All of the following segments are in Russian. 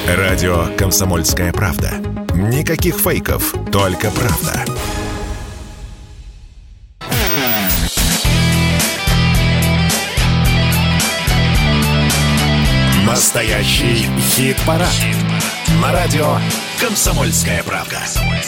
Радио «Комсомольская правда». Никаких фейков, только правда. Настоящий хит-парад. На радио «Комсомольская правда».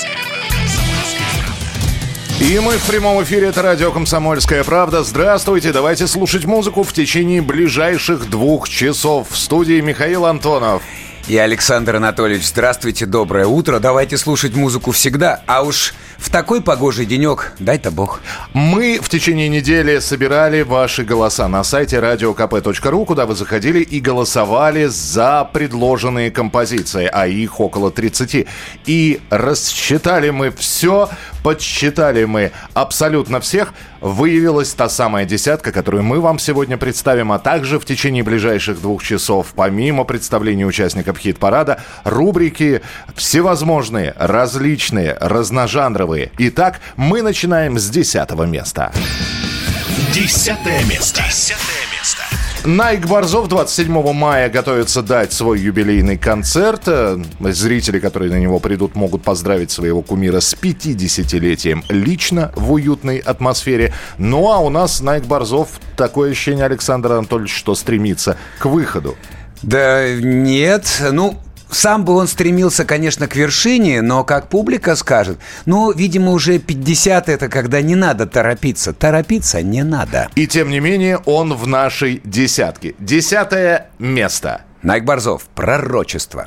И мы в прямом эфире, это радио «Комсомольская правда». Здравствуйте, давайте слушать музыку в течение ближайших 2 часов. В студии Михаил Антонов. И Александр Анатольевич. Здравствуйте, доброе утро. Давайте слушать музыку всегда, а уж в такой погожий денек, дай-то бог. Мы в течение недели собирали ваши голоса на сайте radiokp.ru, куда вы заходили и голосовали за предложенные композиции, а их около 30. И рассчитали мы все, подсчитали мы абсолютно всех. Выявилась та самая десятка, которую мы вам сегодня представим, а также в течение ближайших 2 часов, помимо представления участников хит-парада, рубрики всевозможные, различные, разножанровые. Итак, мы начинаем с 10-го места. 10-е место. Найк Борзов 27 мая готовится дать свой юбилейный концерт. Зрители, которые на него придут, могут поздравить своего кумира с 50-летием лично в уютной атмосфере. Ну а у нас Найк Борзов, такое ощущение, Александр Анатольевич, что стремится к выходу. Да нет, сам бы он стремился, конечно, к вершине, но, как публика скажет, видимо, уже 50 это когда не надо торопиться. Торопиться не надо. И тем не менее, он в нашей десятке. 10-е место. Найк Борзов, «Пророчество».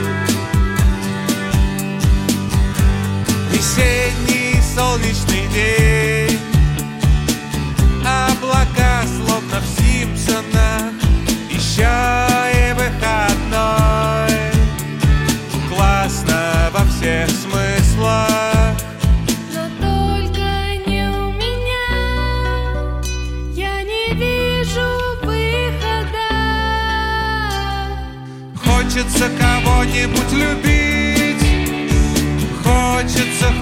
Весенний солнечный день, облака словно в Симпсонах, еще и выходной. Классно во всех смыслах. Но только не у меня, я не вижу выхода. Хочется кого-нибудь любить, хочется.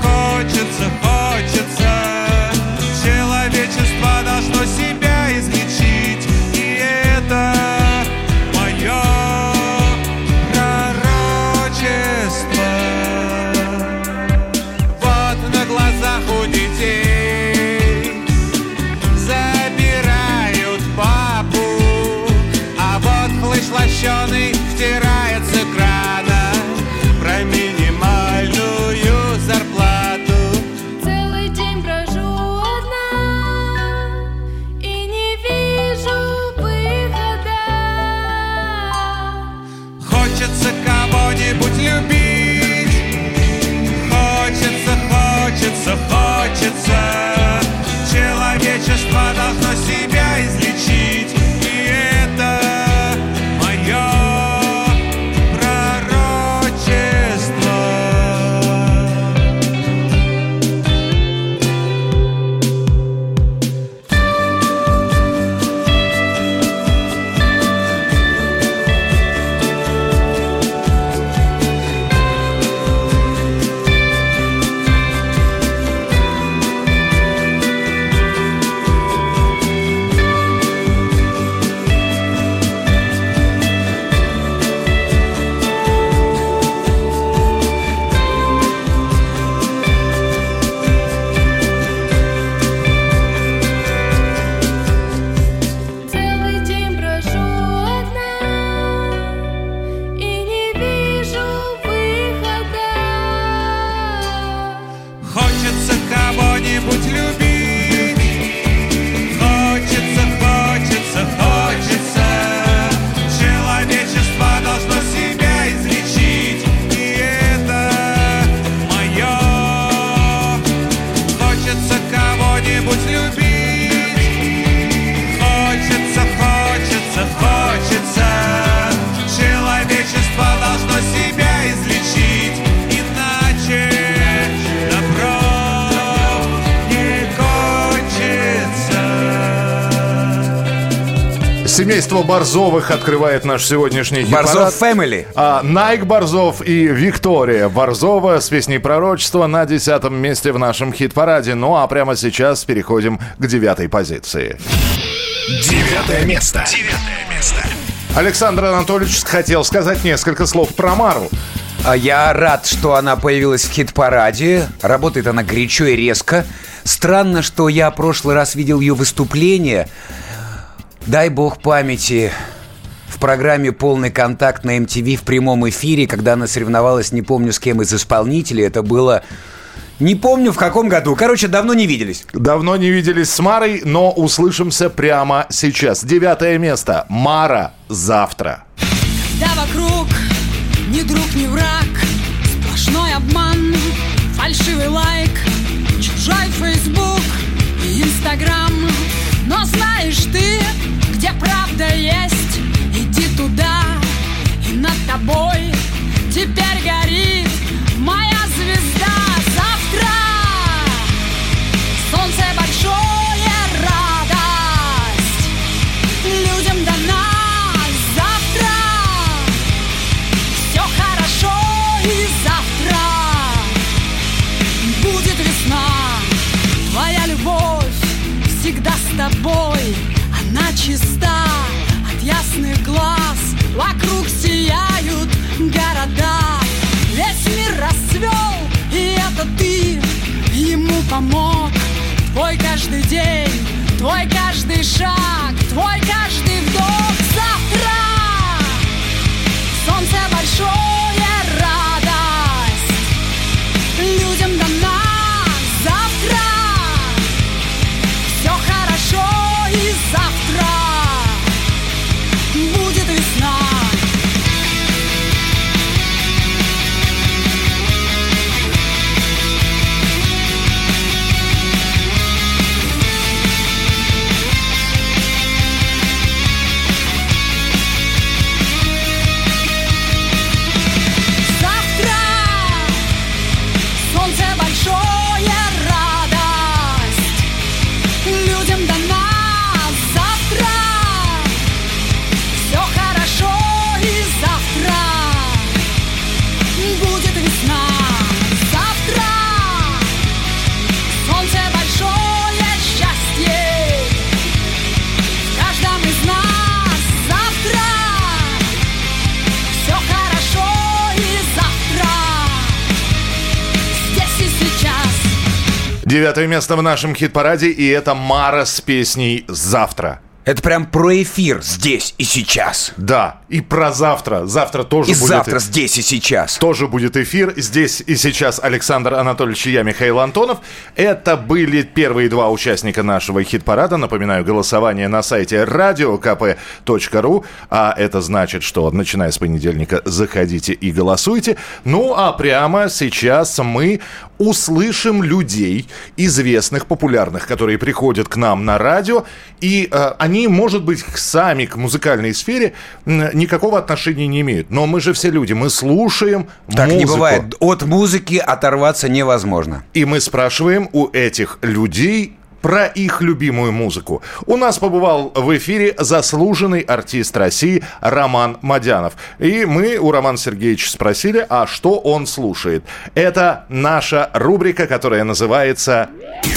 Человечество должно себя излечить, и это мое пророчество. Вот на глазах у детей забирают папу, а вот хлыщ лощеный втирает с экрана про минимальную зарплату. Целый день брожу одна и не вижу выхода. Хочется кого-нибудь любить, хочется. Человечество должно себя излечить, и это мое пророчество. Целый день брожу одна и не вижу выхода. Хочется кого-нибудь любить, хочется. Человечество должно себя излечить, и это мое. Хочется кого-нибудь любить, хочется. Человечество должно себя излечить, иначе добро не кончится. Семейство Борзовых открывает наш сегодняшний хит-парад. Борзов Фэмили. Найк Борзов и Виктория Борзова с песней «Пророчество» на 10-м месте в нашем хит-параде. Ну а прямо сейчас переходим к 9-й позиции. 9-е место. Александр Анатольевич хотел сказать несколько слов про Мару. Я рад, что она появилась в хит-параде. Работает она горячо и резко. Странно, что я в прошлый раз видел ее выступление. Дай бог памяти. В программе «Полный контакт» на MTV в прямом эфире, когда она соревновалась, не помню с кем из исполнителей. Это было... Не помню, в каком году. Короче, давно не виделись. Давно не виделись с Марой, но услышимся прямо сейчас. 9 место. Мара «Завтра». Да вокруг ни друг, ни враг, сплошной обман, фальшивый лайк, чужой фейсбук и инстаграм. Но знаешь ты, где правда есть, иди туда, и над тобой теперь горит моя звезда. Завтра солнце большое, радость людям дана. Завтра все хорошо, и завтра будет весна. Твоя любовь всегда с тобой, она чиста от ясных глаз. Вокруг сияют города, весь мир расцвел, и это ты ему помог. Твой каждый день, твой каждый шаг, твой каждый вдох. Завтра солнце большое, радость людям дана. Завтра все хорошо, и завтра будет весна. Людям дана. Завтра все хорошо, и завтра будет весна. Завтра солнце большое, счастье в каждом из нас. Завтра все хорошо, и завтра здесь и сейчас. 9 место в нашем хит-параде, и это Мара с песней «Завтра». Это прям про эфир здесь и сейчас. Да, и про завтра. Завтра тоже И будет... завтра здесь и сейчас. Тоже будет эфир. Здесь и сейчас Александр Анатольевич и я, Михаил Антонов. Это были первые два участника нашего хит-парада. Напоминаю, голосование на сайте radiokp.ru. А это значит, что начиная с понедельника заходите и голосуйте. Ну, а прямо сейчас мы услышим людей, известных, популярных, которые приходят к нам на радио. И они, может быть, сами к музыкальной сфере никакого отношения не имеют. Но мы же все люди, мы слушаем Так музыку. не бывает. От музыки оторваться невозможно. И мы спрашиваем у этих людей про их любимую музыку. У нас побывал в эфире заслуженный артист России Роман Мадянов. И мы у Романа Сергеевича спросили, а что он слушает. Это наша рубрика, которая называется...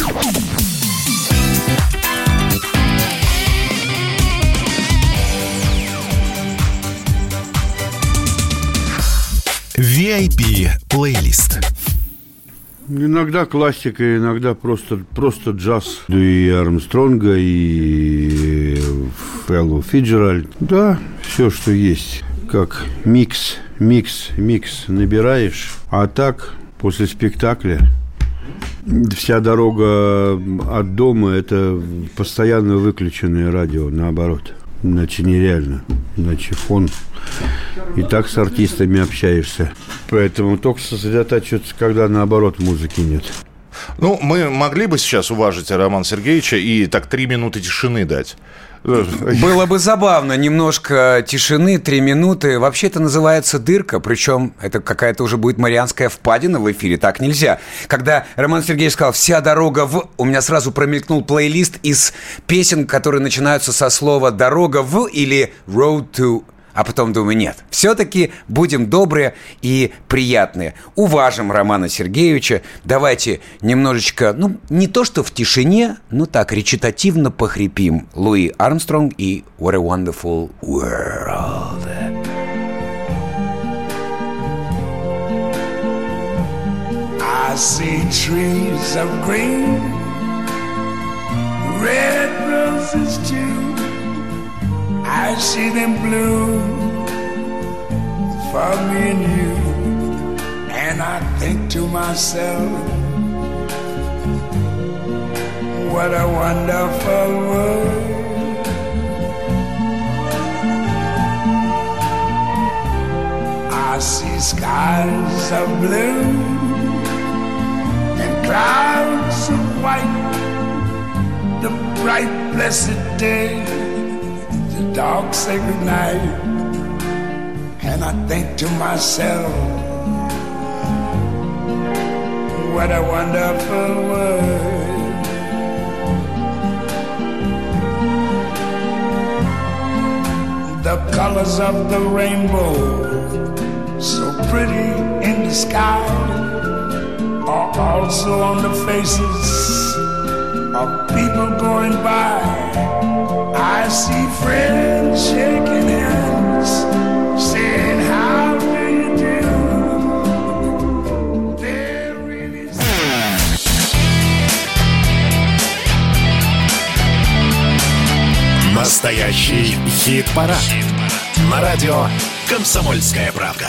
VIP-плейлист. Иногда классика, иногда просто джаз. И Армстронга, и Эллу Фиджеральд. Да, все, что есть. Как микс набираешь. А так, после спектакля, вся дорога от дома – это постоянно выключенное радио, наоборот. Иначе нереально. Иначе фон. И так с артистами общаешься. Поэтому только сосредотачиваться, когда, наоборот, музыки нет. Ну, мы могли бы сейчас уважить Романа Сергеевича и так 3 минуты тишины дать. Было бы забавно. Немножко тишины, 3 минуты. Вообще это называется дырка. Причем это какая-то уже будет Марианская впадина в эфире. Так нельзя. Когда Роман Сергеевич сказал «вся дорога в...», у меня сразу промелькнул плейлист из песен, которые начинаются со слова «дорога в» или «road to...». А потом думаю, нет, все-таки будем добрые и приятные. Уважим Романа Сергеевича. Давайте немножечко, не то что в тишине, но так, речитативно похрипим. Луи Армстронг и What a Wonderful World. I see trees of green, red roses too. I see them bloom for me and you. And I think to myself, what a wonderful world. I see skies of blue, clouds of white, the bright blessed day, the dark sacred night. And I think to myself, what a wonderful world. The colors of the rainbow, so pretty in the sky, are also on the faces of people going by. I see friends shaking hands, saying, how do you do? They're really Настоящий хит-парад. На радио «Комсомольская правда».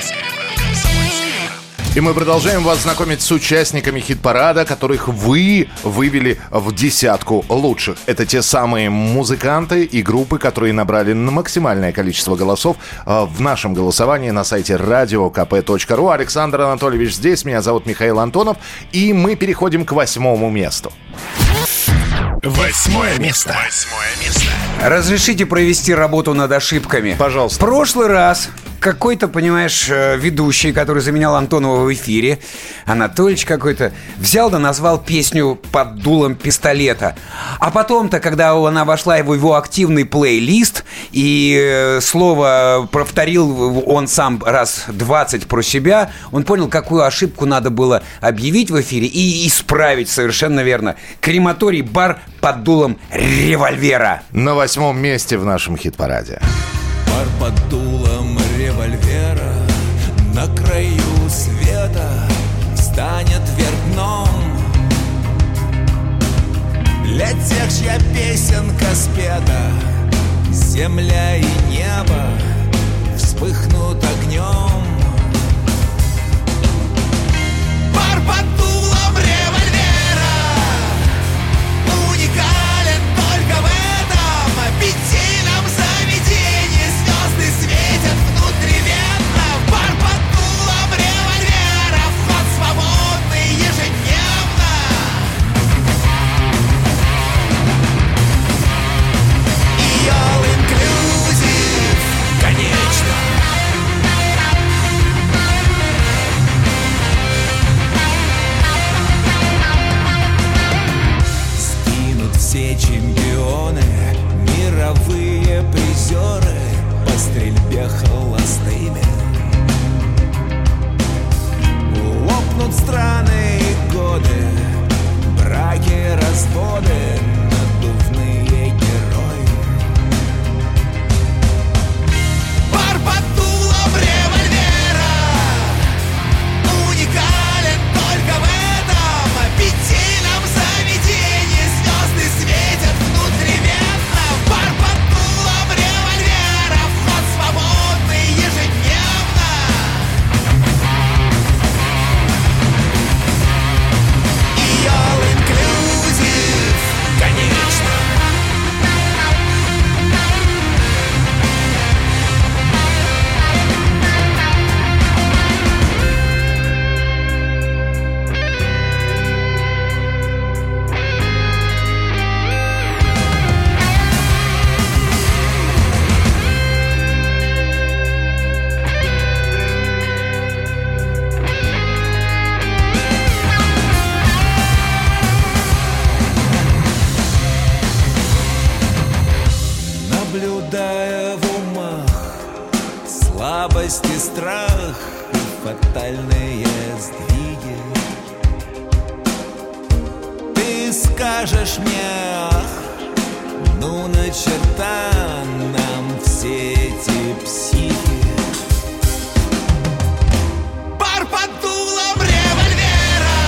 И мы продолжаем вас знакомить с участниками хит-парада, которых вы вывели в десятку лучших. Это те самые музыканты и группы, которые набрали максимальное количество голосов в нашем голосовании на сайте radiokp.ru. Александр Анатольевич здесь, меня зовут Михаил Антонов, и мы переходим к 8-му месту. 8-е место. Разрешите провести работу над ошибками? Пожалуйста. В прошлый раз какой-то, понимаешь, ведущий, который заменял Антонова в эфире, Анатольевич какой-то, взял да назвал песню «Под дулом пистолета». А потом-то, когда она вошла в его активный плейлист, и слово повторил он сам раз 20 про себя, он понял, какую ошибку надо было объявить в эфире и исправить совершенно верно. Крематорий бар под дулом револьвера. На 8-м месте в нашем хит-параде. Бар под дулом револьвера на краю света встанет вверх дном. Для тех, чья песенка спета, земля и небо вспыхнут огнем. Бар под дулом револьвера уникален только в этом пятильном заведении. Звезды светят внутривенно. Бар под дулом револьвера, вход свободный ежедневно. И all inclusive, конечно. злость и страх, и фатальные сдвиги. Ты скажешь мне, ах, ну на черта нам все эти психи. Бар под дулом револьвера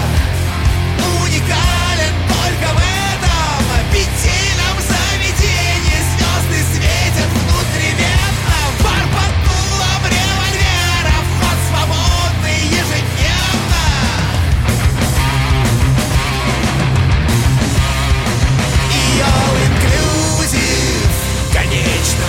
уникален только в этом пятильном заведении. Звезды светят внутривенно. Бар под дулом револьвера, вход свободный ежедневно. И all inclusive, конечно.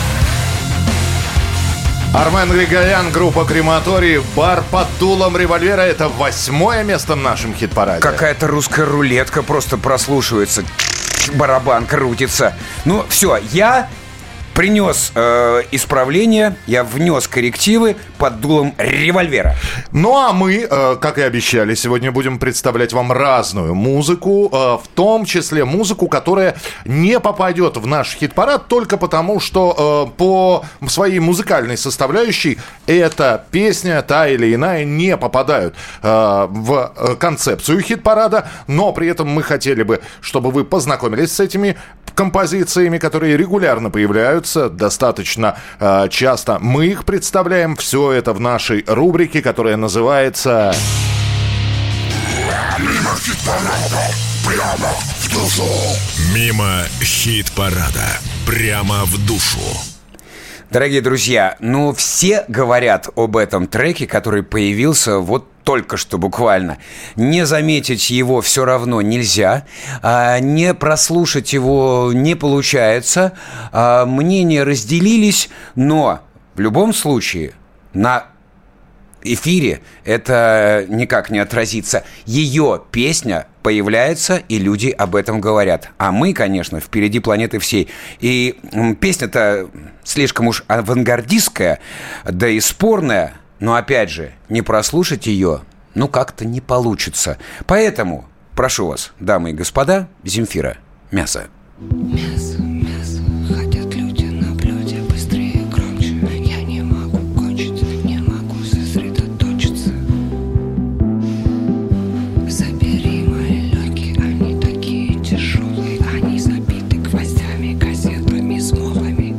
Армен Григорян, группа «Крематорий», «Бар под дулом револьвера». Это 8-е место в нашем хит-параде. Какая-то русская рулетка просто прослушивается. Барабан крутится. Ну, все, я принес исправление, я внес коррективы под дулом револьвера. Ну а мы, как и обещали, сегодня будем представлять вам разную музыку, в том числе музыку, которая не попадет в наш хит-парад только потому, что по своей музыкальной составляющей эта песня, та или иная, не попадают в концепцию хит-парада, но при этом мы хотели бы, чтобы вы познакомились с этими композициями, которые регулярно появляются, достаточно часто. Мы их представляем, все это в нашей рубрике, которая называется Мимо хит-парада, прямо в душу. Мимо хит-парада, прямо в душу. Дорогие друзья, ну все говорят об этом треке, который появился вот только что буквально. Не заметить его все равно нельзя, не прослушать его не получается, мнения разделились, но в любом случае на эфире это никак не отразится. Ее песня появляется, и люди об этом говорят. А мы, конечно, впереди планеты всей. И песня-то слишком уж авангардистская, да и спорная. Но, опять же, не прослушать ее, ну, как-то не получится. Поэтому, прошу вас, дамы и господа, Земфира, мясо. Мясо, мясо, хотят люди на блюде быстрее, громче. Я не могу кончить, не могу сосредоточиться. Забери мои легкие, они такие тяжелые, они забиты гвоздями, кассетами, смолами.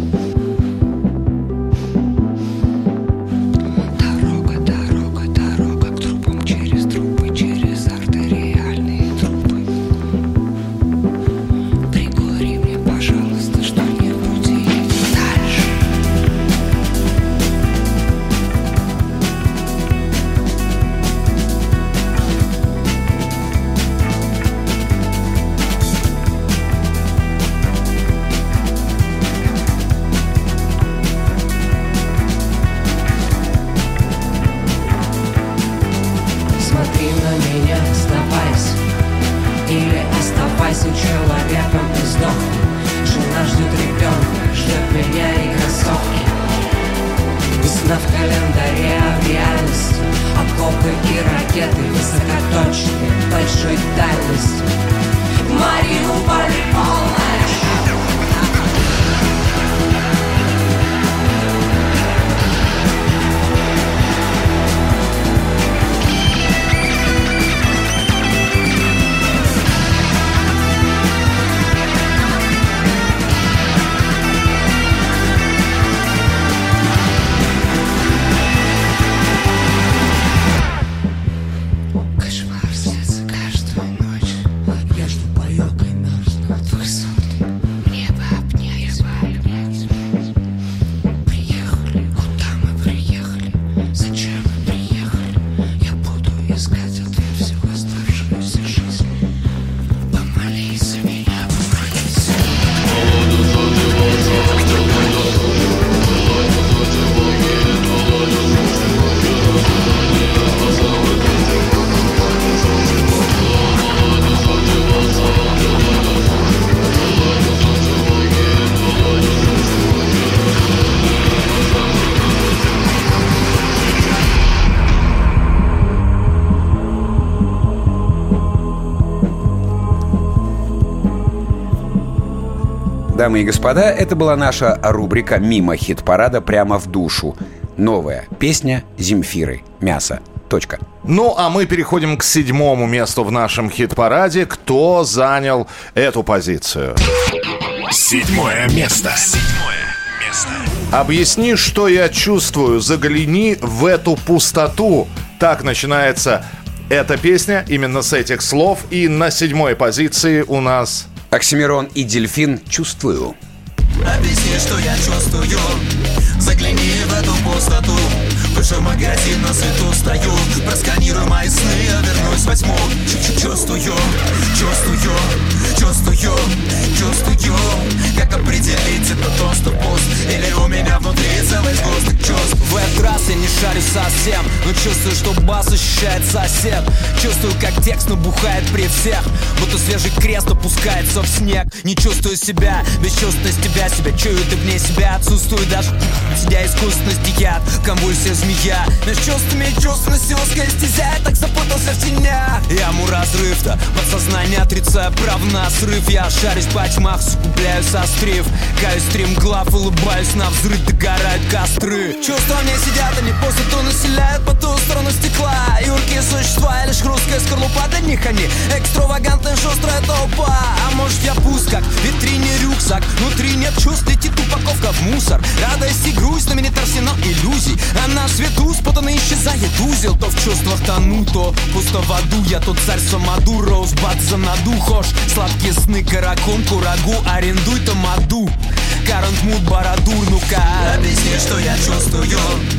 Дорога, дорога, дорога к трупам через трубы, через артериальные трубы. Прикури мне, пожалуйста, что-нибудь и иди дальше. Смотри на меня, сдавайся, или оставайся человеком и сдохни. Жена ждет ребенка, ждет меня и кроссовки. Весна в календаре, а в реальности окопы и ракеты высокоточные, большой дальности. Мариуполь полная. Кошмар снится каждую ночь. Я жду паёк и мерзну от высот. Небо обнять. Приехали, куда мы приехали? Зачем мы приехали? Я буду искать ответ всю оставшуюся жизнь. Помолись за меня, помолись. Дамы и господа, это была наша рубрика «Мимо хит-парада, прямо в душу». Новая песня Земфиры «Мясо». Точка. Ну, а мы переходим к 7-му месту в нашем хит-параде. Кто занял эту позицию? 7 место. «Объясни, что я чувствую, загляни в эту пустоту». Так начинается эта песня, именно с этих слов. И на 7-й позиции у нас... Оксимирон и Дельфин «Чувствую». Объясни, что я чувствую. Загляни в эту пустоту. Выше магазин на свету стою. Просканируй мои сны, я вернусь в 8. Чувствую, чувствую, чувствую, чувствую. Как определить, это то, что пуст, или у меня внутри целый сгусток чувств. В этот раз я не шарю совсем, но чувствую, что бас ощущает сосед. Чувствую, как текст набухает при всех, будто свежий крест опускается в снег. Не чувствую себя, бесчувственность тебя чую, ты вне себя отсутствую. Даже сидя искусственности яд, конвульсия змея. Между чувствами и чувственностью узкая стезя. Я так запутался в тенях. Яму разрыв-то, подсознание отрицая прав на срыв. Я шарюсь по тьмах, сукупляюсь острив. Каюсь стримглав, улыбаюсь на взрыв. Догорают костры. Чувства мне сидят, они пустоту населяют по ту сторону стекла. Юркие существа, и лишь хрусткая скорлупа. Для них они экстравагантная шустрая толпа. А может я пуст, как в витрине рюкзак. Внутри нет чувств, летит упаковка в мусор. Радость и грусть, но меня арсенал иллюзий. А на свету спутанно исчезает узел. То в чувствах тону, то пусто в аду. Я тут царь Самаду, Роузбад за наду. Хошь, сладкие сны, каракун, курагу. Арендуй тамаду, Карант мут Барадур, ну-ка. Объясни, что я чувствую.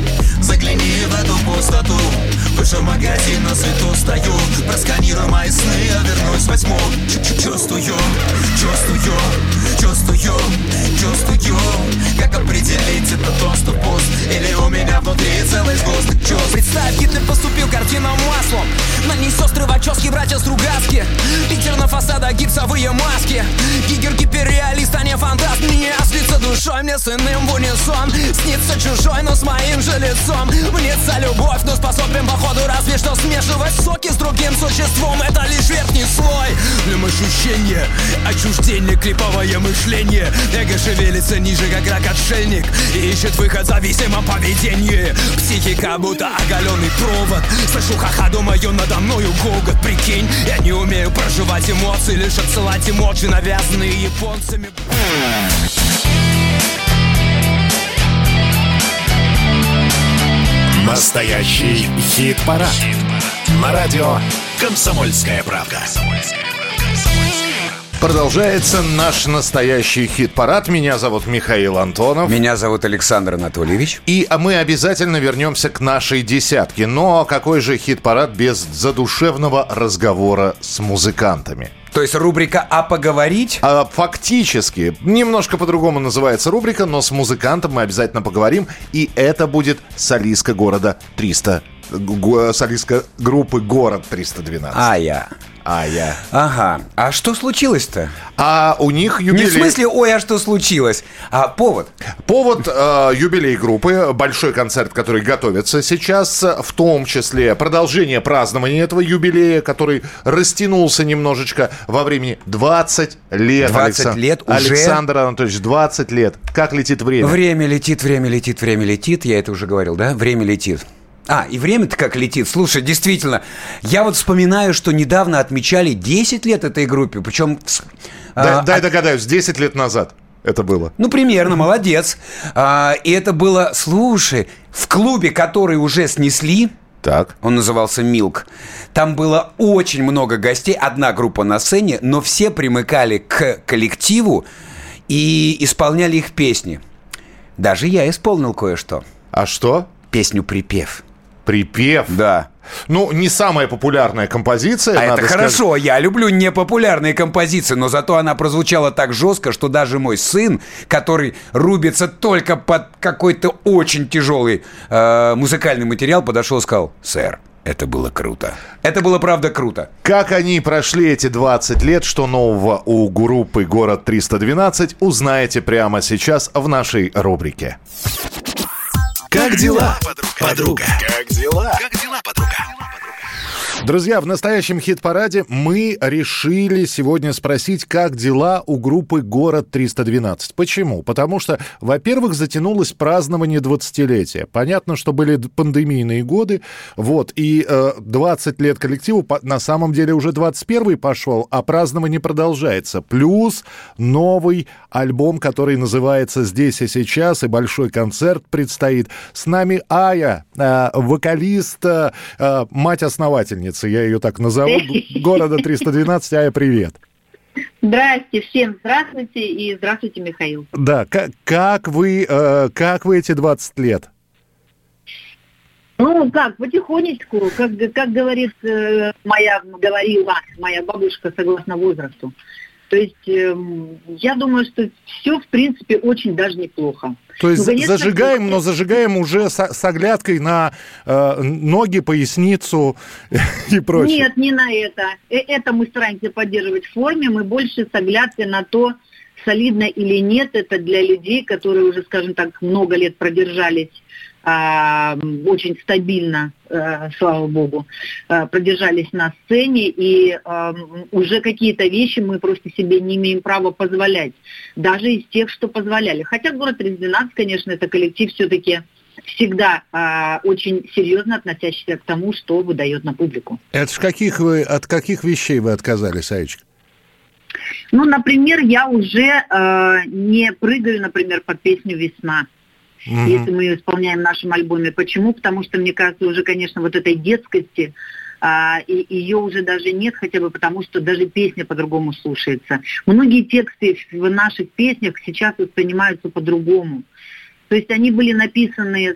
Загляни в эту пустоту. Выше магазин на свету стою. Просканируй мои сны, я вернусь в 8. Чувствую, чувствую, чувствую, чувствую. Как определить, это то, что пуст, или у меня внутри целый сгусток чувств. Представь, Гитлер поступил картинам маслом. На ней сестры Вачовски, братья Стругацкие. Питер на фасадах, гипсовые маски. Гигер гиперреалист, а не фантаст. Мне слиться душой, мне с иным в унисон. Снится чужой, но с моим же лицом. Мнется любовь, но способен походу разве что смешивать соки с другим существом. Это лишь верхний слой. Для ощущения, отчуждение, клиповое мышление. Эго шевелится ниже, как рак-отшельник, и ищет выход в зависимом поведении. Психика будто оголенный провод. Слышу ха-ха, думаю, надо мною гогот. Прикинь, я не умею проживать эмоции, лишь отсылать эмоджи, навязанные японцами. Настоящий хит-парад. На радио «Комсомольская правда». Продолжается наш настоящий хит-парад. Меня зовут Михаил Антонов. Меня зовут Александр Анатольевич. И мы обязательно вернемся к нашей десятке. Но какой же хит-парад без задушевного разговора с музыкантами? То есть рубрика «А поговорить»? Фактически. Немножко по-другому называется рубрика, но с музыкантом мы обязательно поговорим. И это будет солистка города 300... солистка группы «Город 312». Ага. А что случилось-то? А у них юбилей. Не в смысле, ой, а что случилось? А повод? Повод юбилей группы, большой концерт, который готовится сейчас, в том числе продолжение празднования этого юбилея, который растянулся немножечко во времени. 20 лет. 20 лет уже? Александр Анатольевич, 20 лет. Как летит время? Время летит. Я это уже говорил, да? Время летит. И время-то как летит. Слушай, действительно, я вот вспоминаю, что недавно отмечали 10 лет этой группе, причем... Дай догадаюсь, 10 лет назад это было. Ну, примерно, молодец. И это было, слушай, в клубе, который уже снесли... Так. Он назывался «Милк». Там было очень много гостей, одна группа на сцене, но все примыкали к коллективу и исполняли их песни. Даже я исполнил кое-что. А что? Песню «Припев». Припев? Да. Ну, не самая популярная композиция, надо это сказать. хорошо, я люблю непопулярные композиции, но зато она прозвучала так жестко, что даже мой сын, который рубится только под какой-то очень тяжелый музыкальный материал, подошел и сказал: «Сэр, это было круто». Это было, правда, круто. Как они прошли эти 20 лет, что нового у группы «Город 312», узнаете прямо сейчас в нашей рубрике. Как дела, подруга? Как дела, подруга? Друзья, в настоящем хит-параде мы решили сегодня спросить, как дела у группы «Город 312». Почему? Потому что, во-первых, затянулось празднование 20-летия. Понятно, что были пандемийные годы, вот, и 20 лет коллективу, на самом деле уже 21-й пошел, а празднование продолжается. Плюс новый альбом, который называется «Здесь и сейчас», и большой концерт предстоит. С нами Ая, вокалист, мать-основательница, я ее так назову, города 312. Ая, привет. Здрасте, всем здравствуйте и здравствуйте, Михаил. Да, как вы эти 20 лет? Ну, как, потихонечку, как говорит говорила моя бабушка, согласно возрасту. То есть, я думаю, что все, в принципе, очень даже неплохо. То есть, конечно, зажигаем уже с оглядкой на ноги, поясницу и прочее. Нет, не на это. Это мы стараемся поддерживать в форме, мы больше с оглядкой на то, солидно или нет, это для людей, которые уже, скажем так, много лет продержались очень стабильно, слава богу, продержались на сцене, и уже какие-то вещи мы просто себе не имеем права позволять, даже из тех, что позволяли. Хотя «Город 312», конечно, это коллектив все-таки всегда очень серьезно относящийся к тому, что выдает на публику. Это ж от каких вещей вы отказались, Аечка? Ну, например, я уже не прыгаю, например, под песню «Весна». Если мы ее исполняем в нашем альбоме. Почему? Потому что, мне кажется, уже, конечно, вот этой детскости, и ее уже даже нет, хотя бы потому, что даже песня по-другому слушается. Многие тексты в наших песнях сейчас воспринимаются по-другому. То есть они были написаны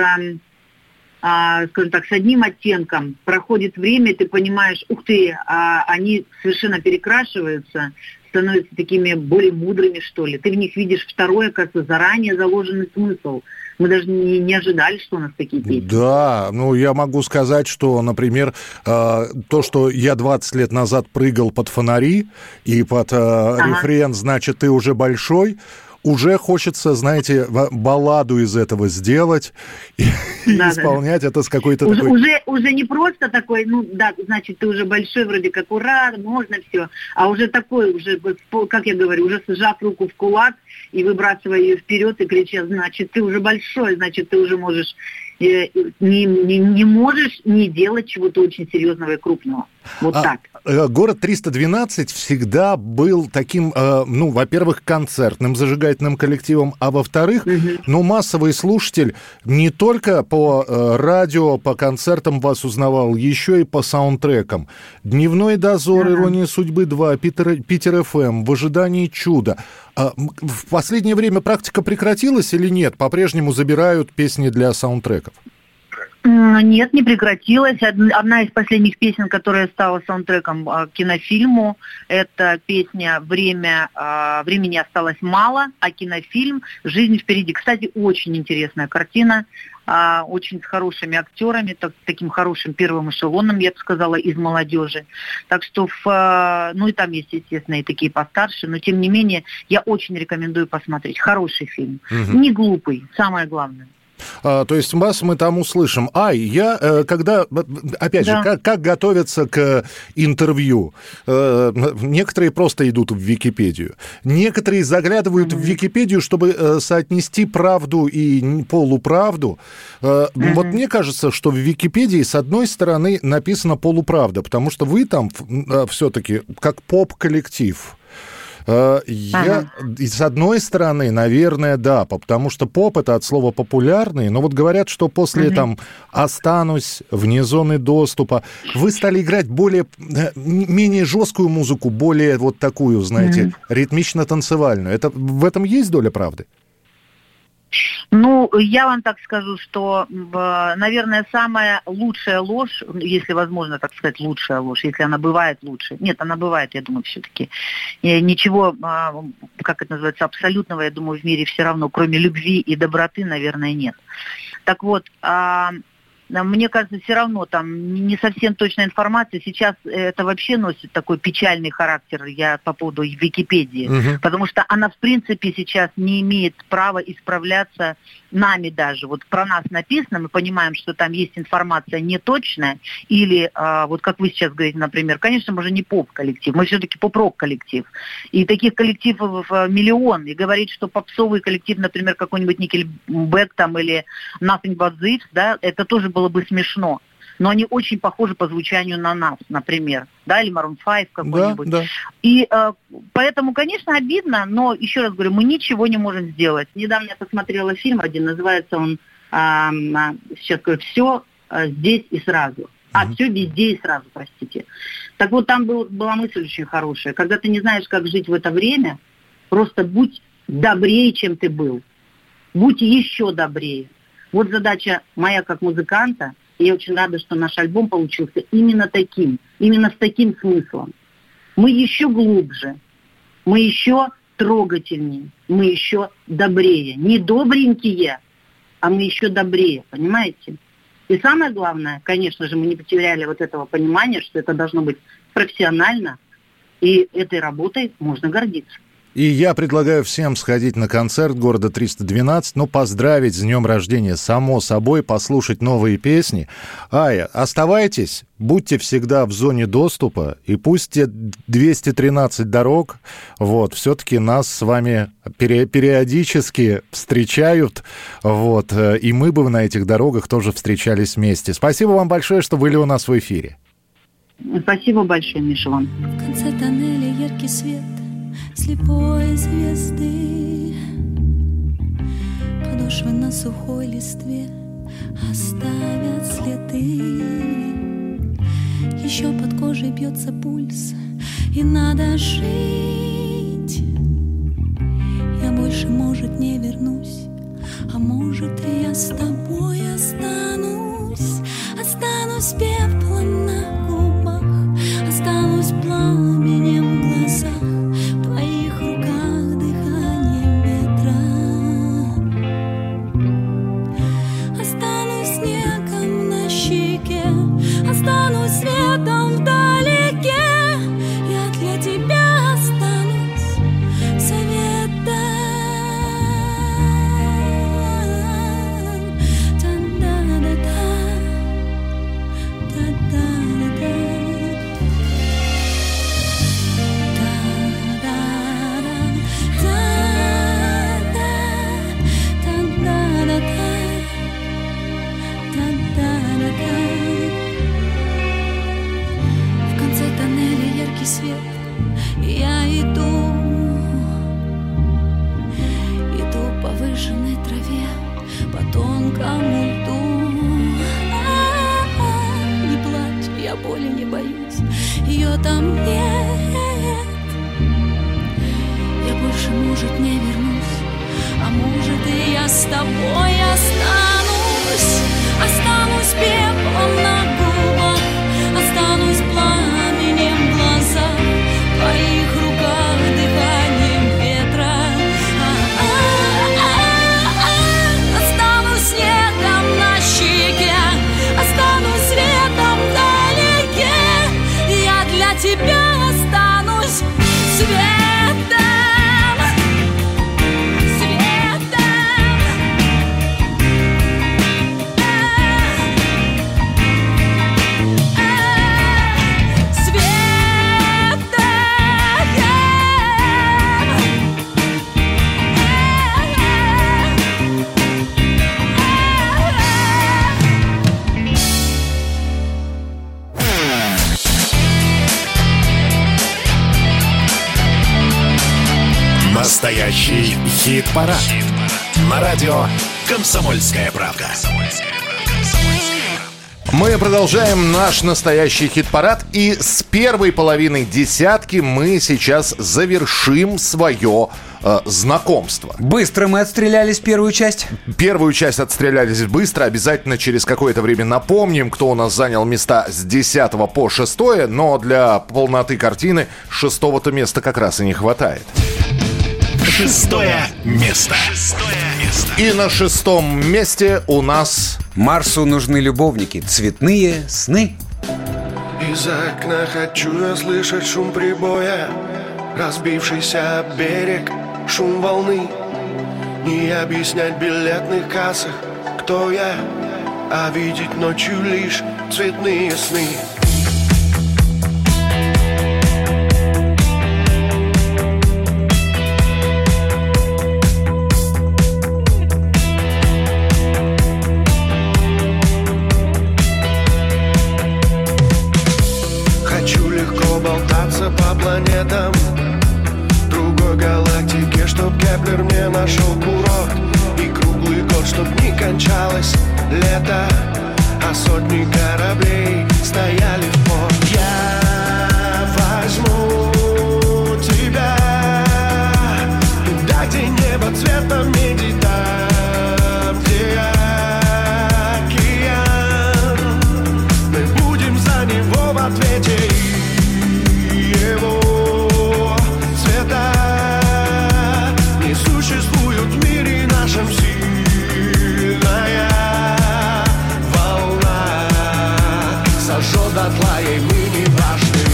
скажем так, с одним оттенком. Проходит время, и ты понимаешь, ух ты, они совершенно перекрашиваются, становятся такими более мудрыми, что ли. Ты в них видишь второй, оказывается, заранее заложенный смысл. Мы даже не ожидали, что у нас такие песни. Да, ну я могу сказать, что, например, то, что я 20 лет назад прыгал под фонари и под рефрен «Значит, ты уже большой», уже хочется, знаете, балладу из этого сделать и исполнять это с какой-то такой... Уже не просто такой, ну да, значит, ты уже большой, вроде как ура, можно все, а уже такой, уже, как я говорю, уже сжав руку в кулак и выбрасывая ее вперед и крича, значит, ты уже большой, значит, ты уже можешь... Не можешь не делать чего-то очень серьезного и крупного. Вот так. Город 312 всегда был таким, ну, во-первых, концертным, зажигательным коллективом, а во-вторых, ну, массовый слушатель не только по радио, по концертам вас узнавал, еще и по саундтрекам. «Дневной дозор», «Ирония судьбы 2», «Питер ФМ», «В ожидании чуда». В последнее время практика прекратилась или нет? По-прежнему забирают песни для саундтреков? Нет, не прекратилась. Одна из последних песен, которая стала саундтреком к кинофильму, это песня «Времени осталось мало», а кинофильм «Жизнь впереди». Кстати, очень интересная картина, очень с хорошими актерами, таким хорошим первым эшелоном, я бы сказала, из молодежи. Так что, ну и там есть, естественно, и такие постарше, но тем не менее, я очень рекомендую посмотреть. Хороший фильм, не глупый, самое главное. То есть вас мы там услышим. Когда, опять же, как готовятся к интервью? Некоторые просто идут в Википедию. Некоторые заглядывают в Википедию, чтобы соотнести правду и полуправду. Вот мне кажется, что в Википедии, с одной стороны, написано полуправда, потому что вы там все-таки как поп-коллектив. С одной стороны, наверное, да, потому что поп — это от слова «популярный», но вот говорят, что после там «Останусь», «Вне зоны доступа» вы стали играть менее жесткую музыку, более вот такую, знаете, ритмично-танцевальную. В этом есть доля правды? Ну, я вам так скажу, что, наверное, самая лучшая ложь, если возможно так сказать, лучшая ложь, если она бывает лучше. Нет, она бывает, я думаю, все-таки. Ничего, как это называется, абсолютного, я думаю, в мире все равно, кроме любви и доброты, наверное, нет. Так вот, мне кажется, все равно там не совсем точная информация. Сейчас это вообще носит такой печальный характер, я по поводу Википедии. Потому что она, в принципе, сейчас не имеет права исправляться нами даже. Вот про нас написано, мы понимаем, что там есть информация неточная. Или, вот как вы сейчас говорите, например, конечно, мы же не поп-коллектив, мы все-таки поп-рок коллектив. И таких коллективов миллион. И говорить, что попсовый коллектив, например, какой-нибудь Nickelback там или Nothing But Thieves, да, это тоже было бы смешно. Но они очень похожи по звучанию на нас, например, да, или Maroon 5 какой-нибудь. Да, да. И поэтому, конечно, обидно, но, еще раз говорю, мы ничего не можем сделать. Недавно я посмотрела фильм один, называется он, сейчас говорю, «Все здесь и сразу». Все везде и сразу, простите. Так вот, там была мысль очень хорошая. Когда ты не знаешь, как жить в это время, просто будь добрее, чем ты был. Будь еще добрее. Вот задача моя как музыканта. И я очень рада, что наш альбом получился именно таким, именно с таким смыслом. Мы еще глубже, мы еще трогательнее, мы еще добрее. Не добренькие, а мы еще добрее, понимаете? И самое главное, конечно же, мы не потеряли вот этого понимания, что это должно быть профессионально, и этой работой можно гордиться. И я предлагаю всем сходить на концерт города 312, поздравить с днем рождения, само собой, послушать новые песни. Ая, оставайтесь, будьте всегда в зоне доступа, и пусть те 213 дорог, все-таки нас с вами периодически встречают, и мы бы на этих дорогах тоже встречались вместе. Спасибо вам большое, что были у нас в эфире. Спасибо большое, Миша, вам. В конце тоннеля яркий свет слепой звезды, подошвы на сухой листве оставят следы. Еще под кожей бьется пульс, и надо жить. Я больше, может, не вернусь, а может, и я с тобой останусь. Останусь пеплом на губах, останусь пламенем в глазах. Останусь светом вдалеке, я для тебя останусь светом. Свет, я иду по выжженной траве, по тонкому льду. Не плачь, я боли не боюсь, ее там нет. Я больше, может, не вернусь, а может, и я с тобой останусь пеплом на губах, останусь пламенем в глазах, в твоих руках дыханием ветра. Останусь снегом на щеке, останусь светом вдалеке, я для тебя останусь светом. Настоящий хит-парад. На радио «Комсомольская правда». Мы продолжаем наш настоящий хит-парад. И с первой половины десятки мы сейчас завершим свое знакомство. Быстро мы отстрелялись первую часть. Первую часть отстрелялись быстро. Обязательно через какое-то время напомним, кто у нас занял места с 10 по 6. Но для полноты картины 6-то места как раз и не хватает. 6 место. И на 6 месте у нас Марсу нужны любовники, цветные сны. Из окна хочу я слышать шум прибоя, разбившийся об берег, шум волны. Не объяснять в билетных кассах, кто я, а видеть ночью лишь цветные сны. Хочу легко болтаться по планетам другой галактики, чтоб Кеплер мне нашел курорт. И круглый год, чтоб не кончалось лето, а сотни кораблей стояли в порт. Я возьму тебя туда, где небо цвета меди, там, где океан. Мы будем за него в ответе, и его цвета не существует в мире нашем. Сильная волна сожжет дотла, ей мы не важны.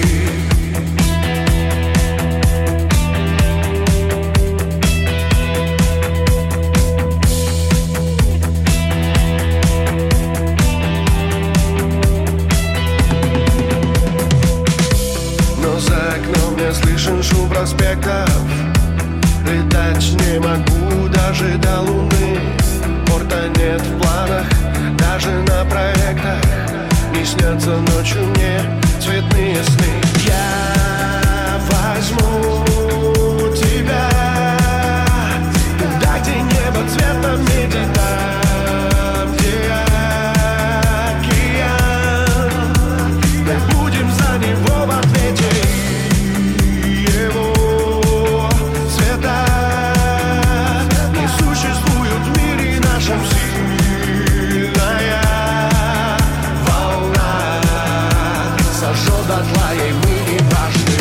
Но за окном я слышен шум проспектов. Летать не могу даже до Луны. Порта нет в планах, даже на проектах. Не снятся ночью мне цветные сны. Я возьму тебя туда, где небо цвета меди, там, где океан. Мы будем за него в ответе, его цвета не существует в мире нашем. Сильная волна сожжет дотла, ей мы не важны.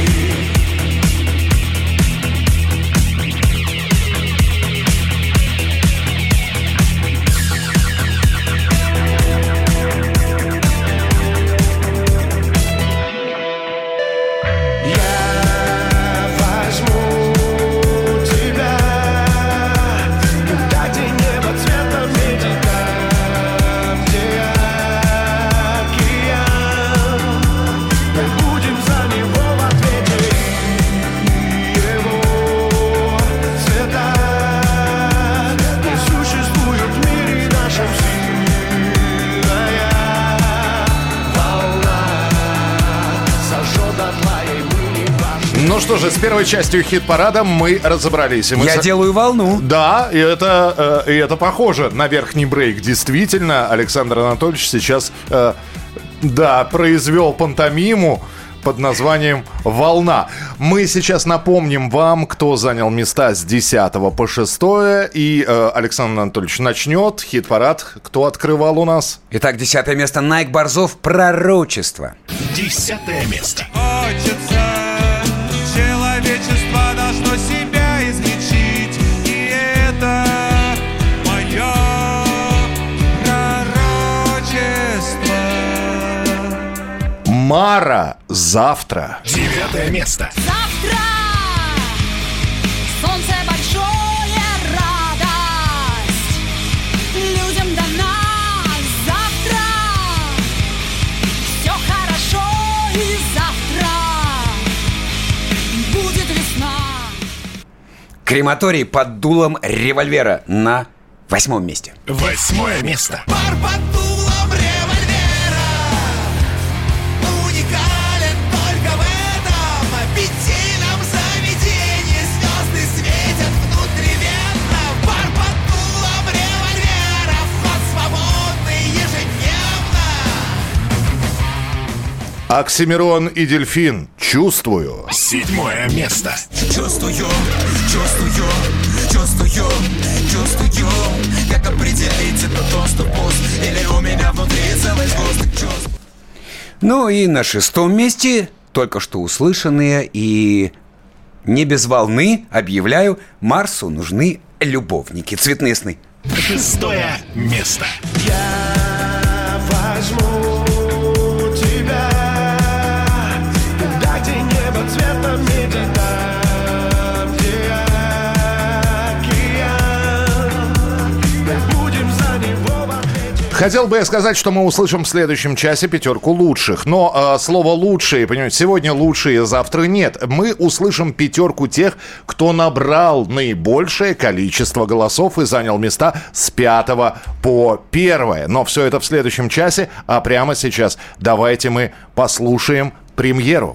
Ну что же, с первой частью хит-парада мы разобрались. Я делаю волну. Да, и это похоже на верхний брейк. Действительно, Александр Анатольевич сейчас, произвел пантомиму под названием «Волна». Мы сейчас напомним вам, кто занял места с 10 по 6. И Александр Анатольевич начнет. Хит-парад кто открывал у нас? Итак, 10 место. Найк Борзов «Пророчество». 10 место. Человечество должно себя излечить, и это мое пророчество. Мара «Завтра». 9 место. Завтра солнце большое, радость людям дана. Завтра все хорошо, и завтра будет весна. Крематорий под дулом револьвера на 8 месте. 8 место. Пар под дулом револьвера уникален только в этом питейном заведении. Звезды светят внутривенно. Пар под дулом револьвера, вход свободный ежедневно. Оксимирон и Дельфин «Чувствую». 7 место. Чувствую, чувствую, чувствую, чувствую. Как определить, это просто пуст или у меня внутри целый сгусток чувств. Ну и на 6 месте только что услышанные и не без волны объявляю: Марсу нужны любовники. Цветные сны. 6 место. Я возьму тебя туда, где небо цвета меди, там, где океан. Мы будем за него в ответе. Хотел бы я сказать, что мы услышим в следующем часе пятерку лучших. Но слово «лучшие», понимаете, сегодня лучшие, завтра нет. Мы услышим пятерку тех, кто набрал наибольшее количество голосов и занял места с 5 по 1. Но все это в следующем часе. А прямо сейчас давайте мы послушаем премьеру.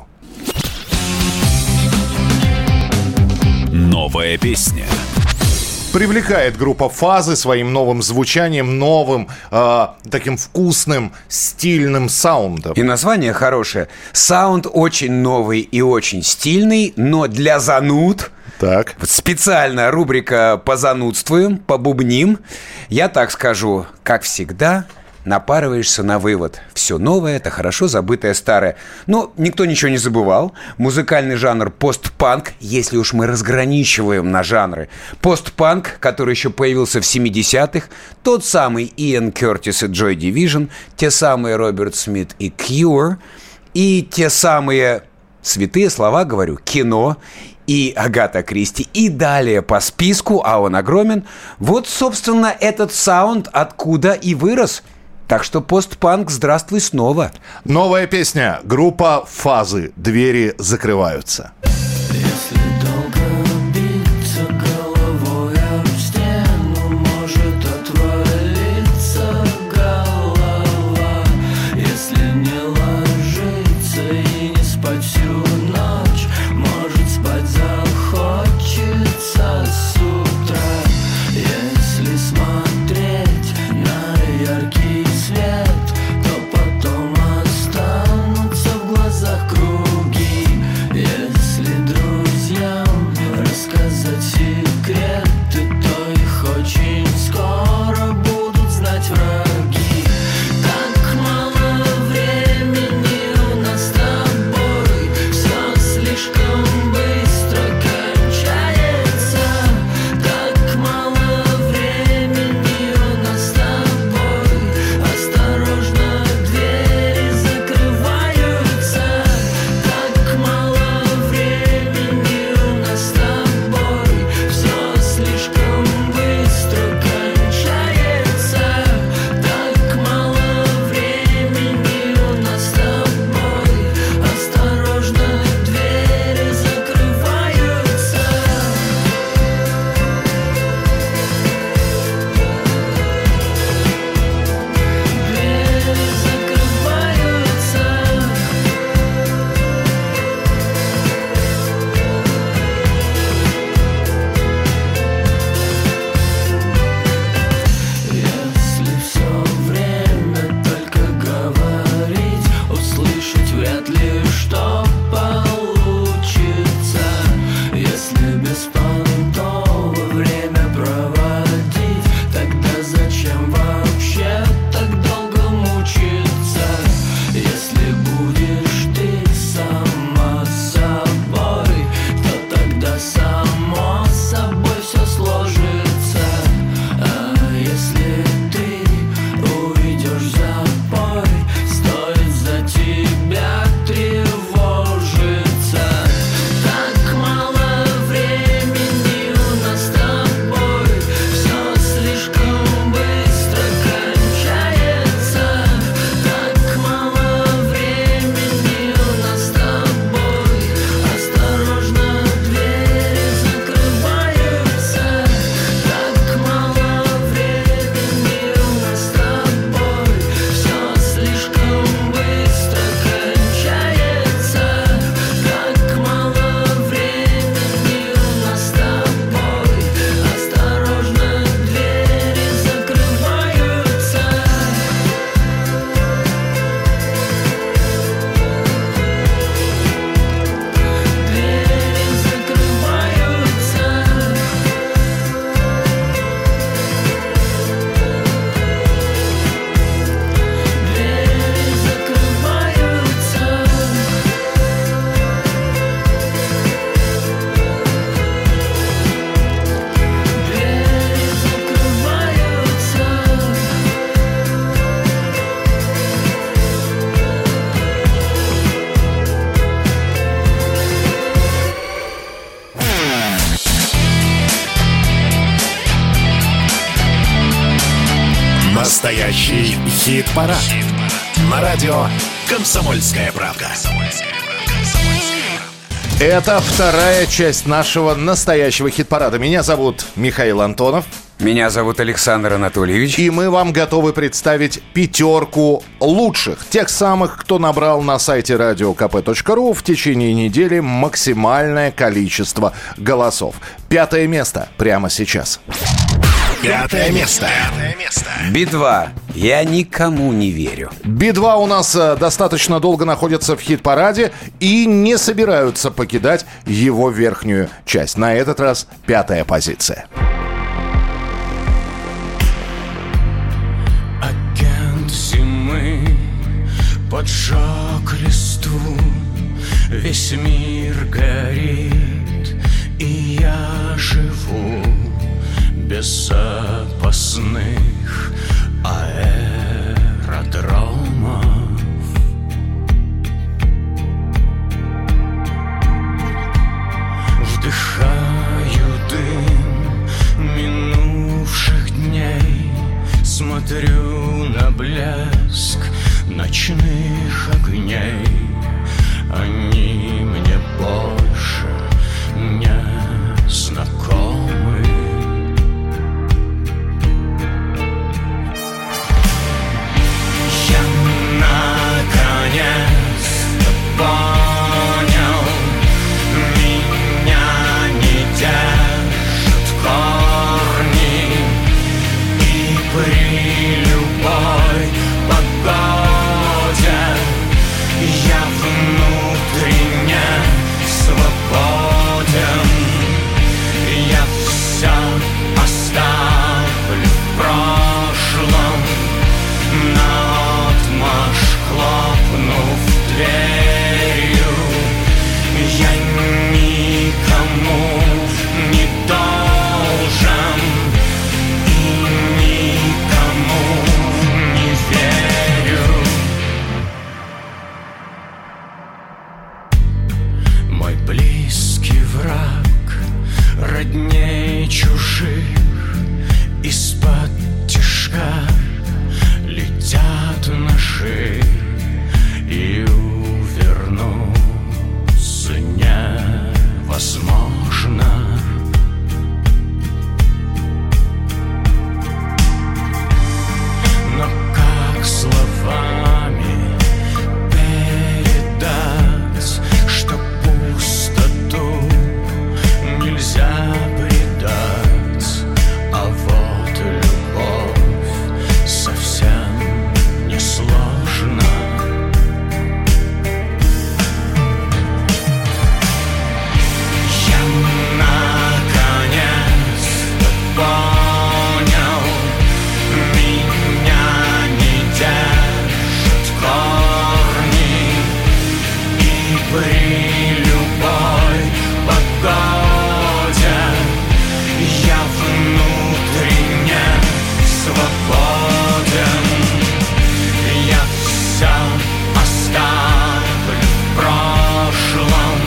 Новая песня. Привлекает группа «Фазы» своим новым звучанием, новым, таким вкусным, стильным саундом. И название хорошее. Саунд очень новый и очень стильный, но для зануд. Так. Специальная рубрика «Позанудствуем», «Побубним». Я так скажу, как всегда, напарываешься на вывод. Все новое – это хорошо забытое старое. Но никто ничего не забывал. Музыкальный жанр постпанк, если уж мы разграничиваем на жанры. Постпанк, который еще появился в 70-х, тот самый Иэн Кертис и Joy Division, те самые Роберт Смит и Cure, и те самые, святые слова говорю, кино и Агата Кристи, и далее по списку, а он огромен. Вот, собственно, этот саунд откуда и вырос. Так что постпанк, здравствуй снова. Новая песня. Группа «Фазы». Двери закрываются. Если долго биться головой об стену, может отвалиться голова. Если не ложиться и не спать всю ночь, может спать захочется с утра. Если смотреть на яркий свет, то потом останутся в глазах круги. Если Настоящий хит-парад. На радио «Комсомольская правда». Это вторая часть нашего настоящего хит-парада. Меня зовут Михаил Антонов. Меня зовут Александр Анатольевич. И мы вам готовы представить пятерку лучших. Тех самых, кто набрал на сайте radiokp.ru в течение недели максимальное количество голосов. 5 место прямо сейчас. 5 место. Би-2. Я никому не верю. Би-2 у нас достаточно долго находятся в хит-параде и не собираются покидать его верхнюю часть. На этот раз 5-я позиция. Агент зимы поджег листву, весь мир горит, и я живу без запасных аэродромов. Вдыхаю дым минувших дней, смотрю на блеск ночных огней. Они мне больше не знакомы. Я наконец-то понял, меня не держат корни, и при любой погоде я внутренне свободен. Я все оставлю в прошлом, наотмашь хлопнув дверью. Я никому не должен и никому не верю. Мой близкий враг родней чужих, из-под тишка летят ножи, и увернуться невозможно. Но как словами передать, что пустоту нельзя предать, а вот любовь совсем не сложно. Я наконец-то понял, меня не держат корни, и при любой погоде я внутренне свободен. Я все оставлю в прошлом,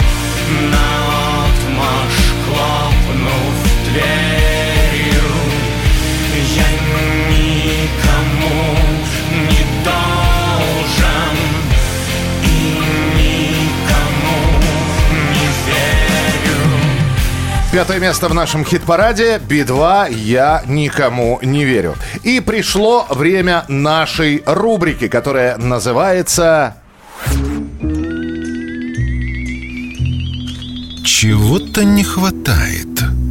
наотмашь хлопнув дверью. Я никому не должен и никому не верю. 5 место в нашем хит-параде. Би-2 «Я никому не верю». И пришло время нашей рубрики, которая называется... Чего-то не хватает.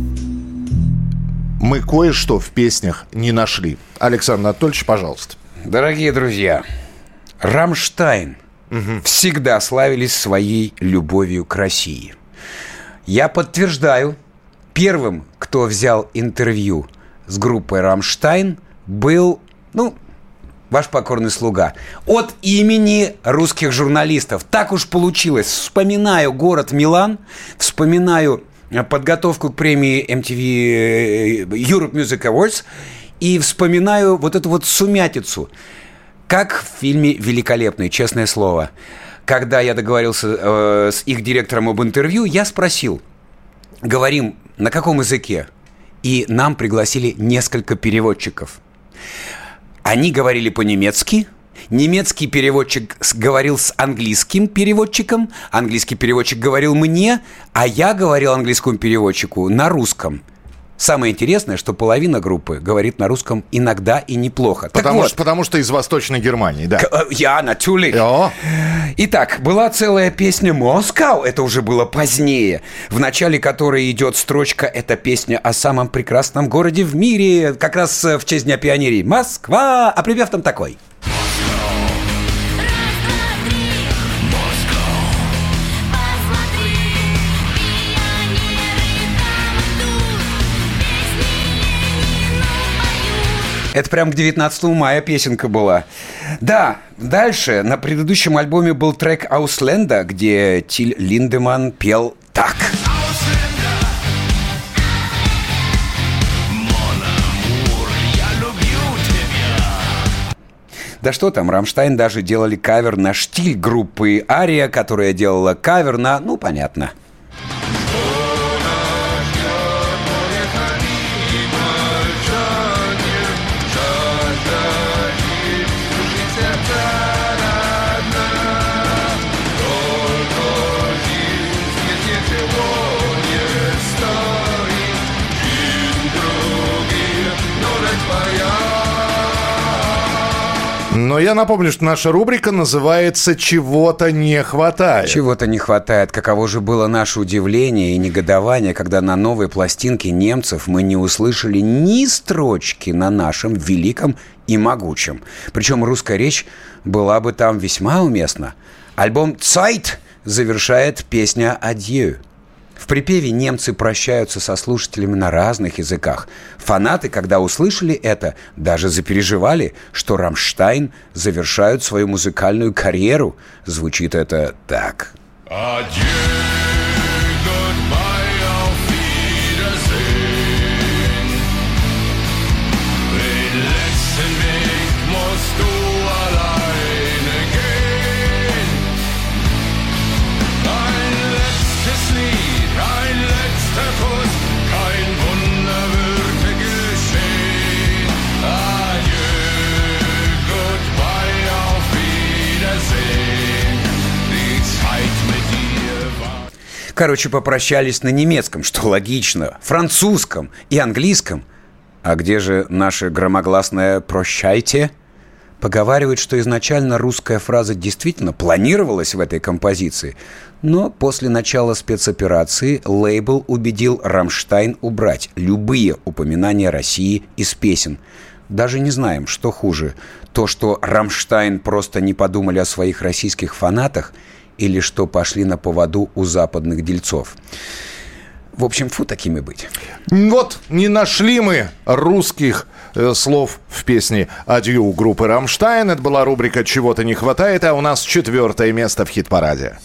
Мы кое-что в песнях не нашли. Александр Анатольевич, пожалуйста. Дорогие друзья, «Рамштайн» всегда славились своей любовью к России. Я подтверждаю, первым, кто взял интервью с группой «Рамштайн», был, ваш покорный слуга. От имени русских журналистов. Так уж получилось. Вспоминаю город Милан, вспоминаю подготовку к премии MTV Europe Music Awards и вспоминаю вот эту вот сумятицу. Как в фильме «Великолепный», честное слово. Когда я договорился с их директором об интервью, я спросил, говорим, на каком языке? И нам пригласили несколько переводчиков. Они говорили по-немецки. Немецкий переводчик говорил с английским переводчиком. Английский переводчик говорил мне, а я говорил английскому переводчику на русском. Самое интересное, что половина группы говорит на русском иногда и неплохо. Потому что из Восточной Германии, да. Я, natürlich. Итак, была целая песня «Москау», это уже было позднее, в начале которой идет строчка «Это песня о самом прекрасном городе в мире», как раз в честь Дня пионерии. «Москва», а припев там такой. Это прям к 19 мая песенка была. Да, дальше на предыдущем альбоме был трек «Ausländer», где Тиль Линдеманн пел так. Да что там, Рамштайн даже делали кавер на штиль группы «Ария», которая делала кавер на, ну, понятно. Но я напомню, что наша рубрика называется «Чего-то не хватает». Чего-то не хватает. Каково же было наше удивление и негодование, когда на новой пластинке немцев мы не услышали ни строчки на нашем великом и могучем. Причем русская речь была бы там весьма уместна. Альбом «Zeit» завершает песня «Адью». В припеве немцы прощаются со слушателями на разных языках. Фанаты, когда услышали это, даже запереживали, что «Рамштайн» завершают свою музыкальную карьеру. Звучит это так. Короче, попрощались на немецком, что логично, французском и английском. А где же наше громогласное «прощайте»? Поговаривают, что изначально русская фраза действительно планировалась в этой композиции, но после начала спецоперации лейбл убедил «Рамштайн» убрать любые упоминания России из песен. Даже не знаем, что хуже, то, что «Рамштайн» просто не подумали о своих российских фанатах, или что пошли на поводу у западных дельцов. В общем, фу такими быть. Вот, не нашли мы русских слов в песне «Адью» группы «Рамштайн». Это была рубрика «Чего-то не хватает», а у нас 4-е место в хит-параде.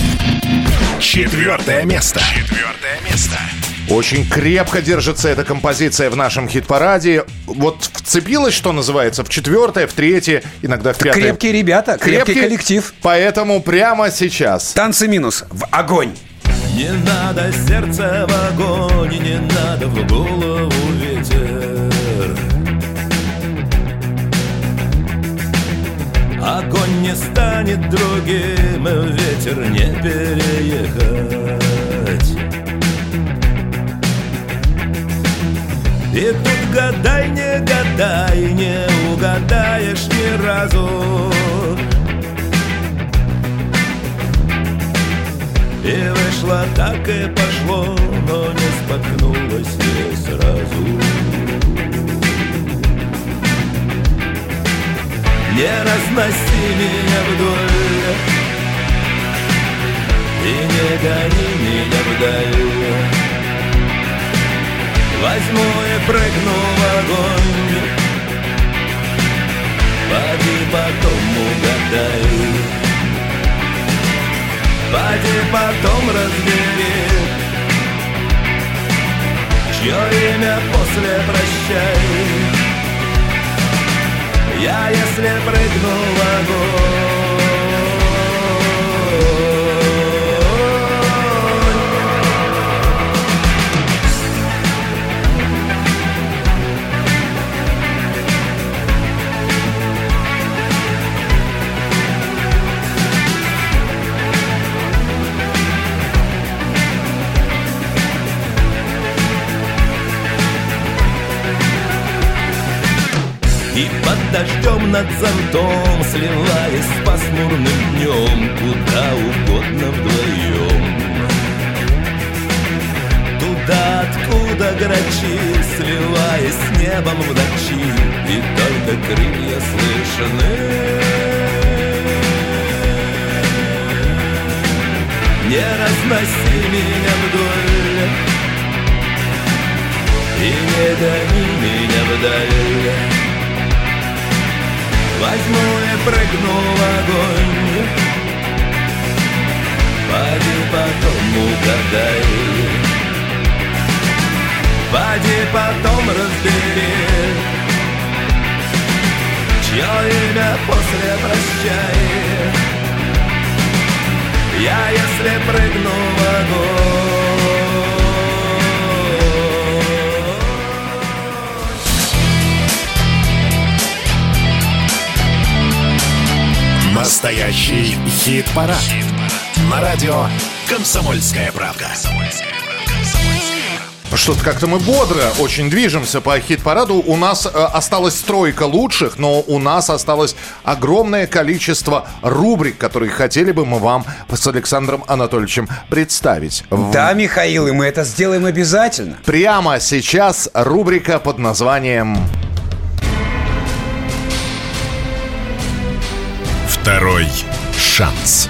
4-е место. 4-е место. Очень крепко держится эта композиция в нашем хит-параде. Вот вцепилась, что называется, в 4-е, в 3-е, иногда в 5-е. Крепкие ребята, крепкий коллектив. Поэтому прямо сейчас. Танцы минус в огонь. Не надо сердце в огонь, не надо в голову ветер. Огонь не станет другим, ветер не переехать. И тут гадай, не угадаешь ни разу. И вышло так и пошло, но не споткнулось не сразу. Не разноси меня вдоль и не гони меня вдаль. Возьму и прыгну в огонь, поди потом угадай, поди потом разбери, чье имя после прощай. Я, если прыгну в огонь. дождем над зонтом, сливаясь с пасмурным днем, куда угодно вдвоем. Туда, откуда грачи, сливаясь с небом в ночи, и только крылья слышны. Не разноси меня вдоль и не гони меня вдаль. Возьму и прыгну в огонь, поди потом угадай, поди потом разбери, чье имя после прощай. Я, если прыгну в огонь. Настоящий хит-парад. На радио «Комсомольская правда». Что-то как-то мы бодро очень движемся по хит-параду. У нас осталась тройка лучших, но у нас осталось огромное количество рубрик, которые хотели бы мы вам с Александром Анатольевичем представить. Да, Михаил, и мы это сделаем обязательно. Прямо сейчас рубрика под названием «Второй шанс».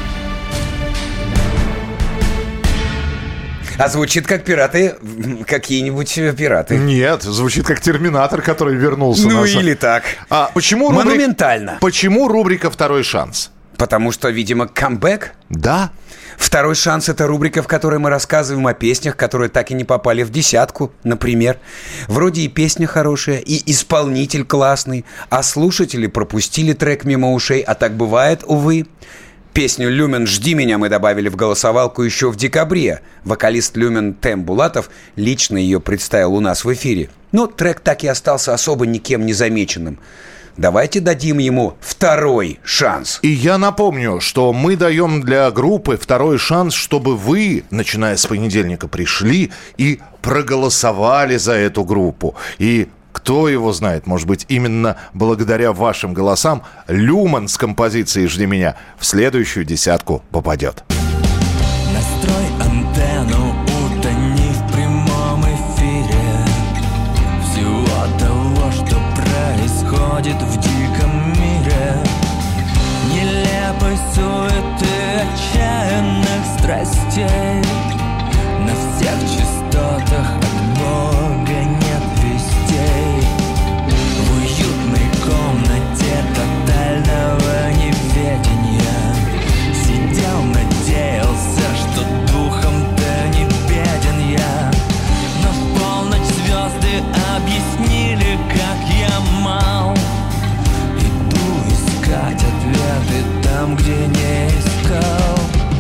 А звучит как пираты, какие-нибудь пираты. Нет, звучит как Терминатор, который вернулся. Ну или так. Почему монументально. Почему рубрика «Второй шанс»? Потому что, видимо, камбэк. Да. «Второй шанс» — это рубрика, в которой мы рассказываем о песнях, которые так и не попали в десятку, например. Вроде и песня хорошая, и исполнитель классный, а слушатели пропустили трек мимо ушей, а так бывает, увы. Песню «Люмен, жди меня» мы добавили в голосовалку еще в декабре. Вокалист «Люмен» Тем Булатов лично ее представил у нас в эфире. Но трек так и остался особо никем не замеченным. Давайте дадим ему второй шанс. И я напомню, что мы даем для группы второй шанс, чтобы вы, начиная с понедельника, пришли и проголосовали за эту группу. И кто его знает, может быть, именно благодаря вашим голосам Люмен с композицией «Жди меня» в следующую десятку попадет. Настрой антенну, утони в прямом эфире всего того, что происходит в диком мире. Нелепой суеты отчаянных страстей. На всех частотах от Бога нет вестей. В уютной комнате тотального неведения сидел, надеялся, что духом-то не беден я. Но в полночь звезды объяснили, как я мал. Иду искать ответы там, где не искал.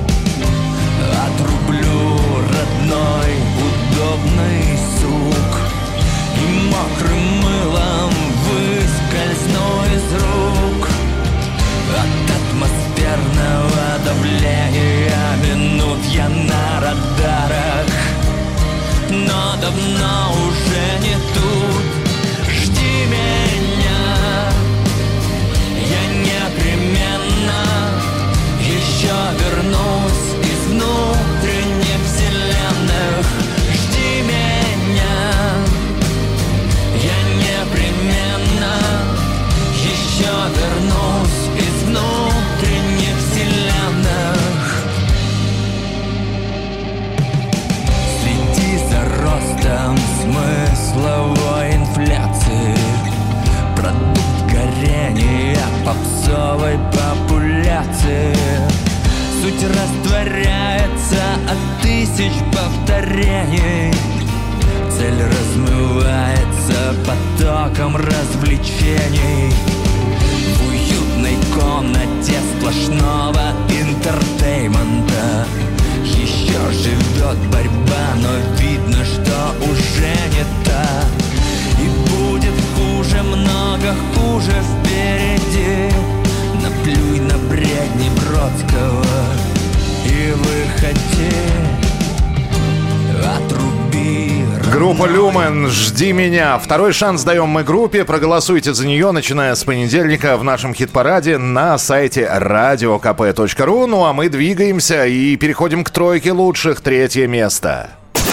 Отрублю родной удобный сук и мокрым мылом выскользну из рук. От атмосферного давления минут я на радарах, но давно уже не тут. Жди меня, я непременно еще вернусь из внутренних вселенных. Жди меня, я непременно еще вернусь из внутренних вселенных. Следи за ростом смысловой инфляции, продукт горения попсовой популяции. Суть растворяется от тысяч повторений. Цель размывается потоком развлечений. В уютной комнате сплошного интертеймента еще живет борьба, но видно, что уже не та. И будет хуже, много хуже впереди. Наплюй на бредни Бродского и выходи. Отруби. Группа «Люмен», «Жди меня». Второй шанс даем мы группе. Проголосуйте за нее, начиная с понедельника в нашем хит-параде на сайте radiokp.ru. Ну а мы двигаемся и переходим к тройке лучших. Третье место.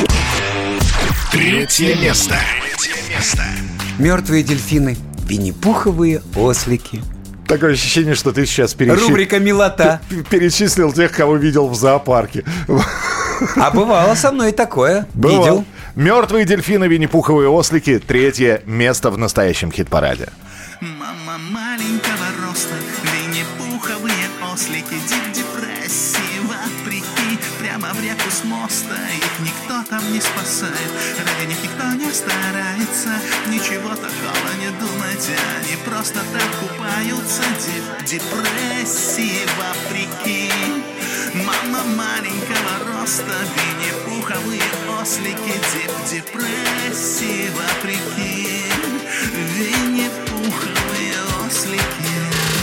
Третье место. Мертвые дельфины, винни-пуховые ослики. Такое ощущение, что ты сейчас Рубрика «Милота». перечислил тех, кого видел в зоопарке. А бывало со мной и такое. Видел. Мертвые дельфины, винни-пуховые ослики. Третье место в настоящем хит-параде. Мама маленького роста, винни-пуховые ослики, депрессии, вопреки, прямо в реку с моста. Их никто там не спасает, ради них никто не старается. Ничего такого не думайте, они просто так купаются. Депрессии, вопреки. Мама маленького роста, винни-пуховые ослики, депрессии, вопреки. Винни-пуховые ослики.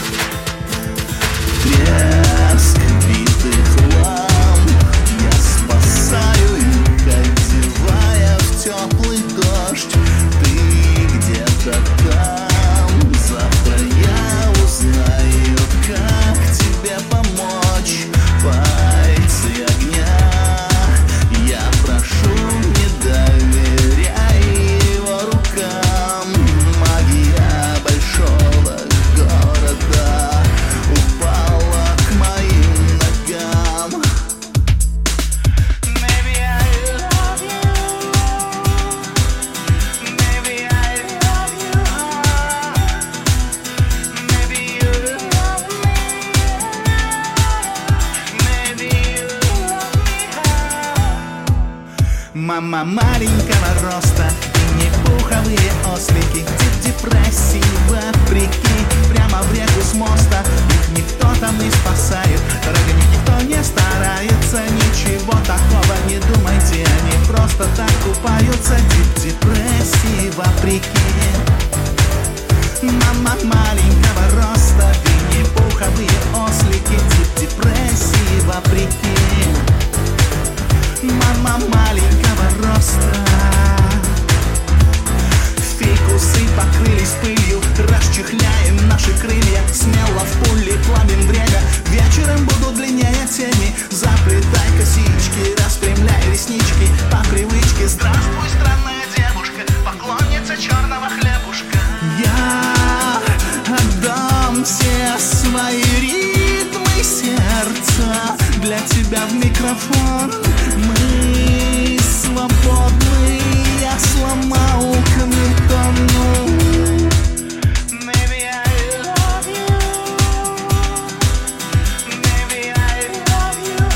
Треск битых ламп я спасаю их, одевая в теплый дождь. Ты где-то там, завтра я узнаю, как тебе помочь. Пальцы огня, я прошу, не доверяй его рукам. Магия большого города упала к моим ногам. Maybe I love you. Maybe I love you. Maybe you love me. Maybe you love me. Мама маленького роста, винни-пуховые ослики, депрессии, вопреки, прямо в реку с моста. Их никто там не спасает, ради них никто не старается. Ничего такого не думайте, они просто так купаются. Депрессии, вопреки. Мама маленького роста, винни-пуховые ослики, депрессии, вопреки. Мама маленького роста. Фикусы покрылись пылью, расчехляем наши крылья. Смело в пули плавим время, вечером будут длиннее тени. Заплетай косички, распрямляй реснички. По привычке здравствуй, странная девушка, поклонница черного хлебушка. Я отдам все свои ритмы сердца для тебя в микрофон. Мы свободны, я сломал камертону. Maybe I love you. Maybe I love you.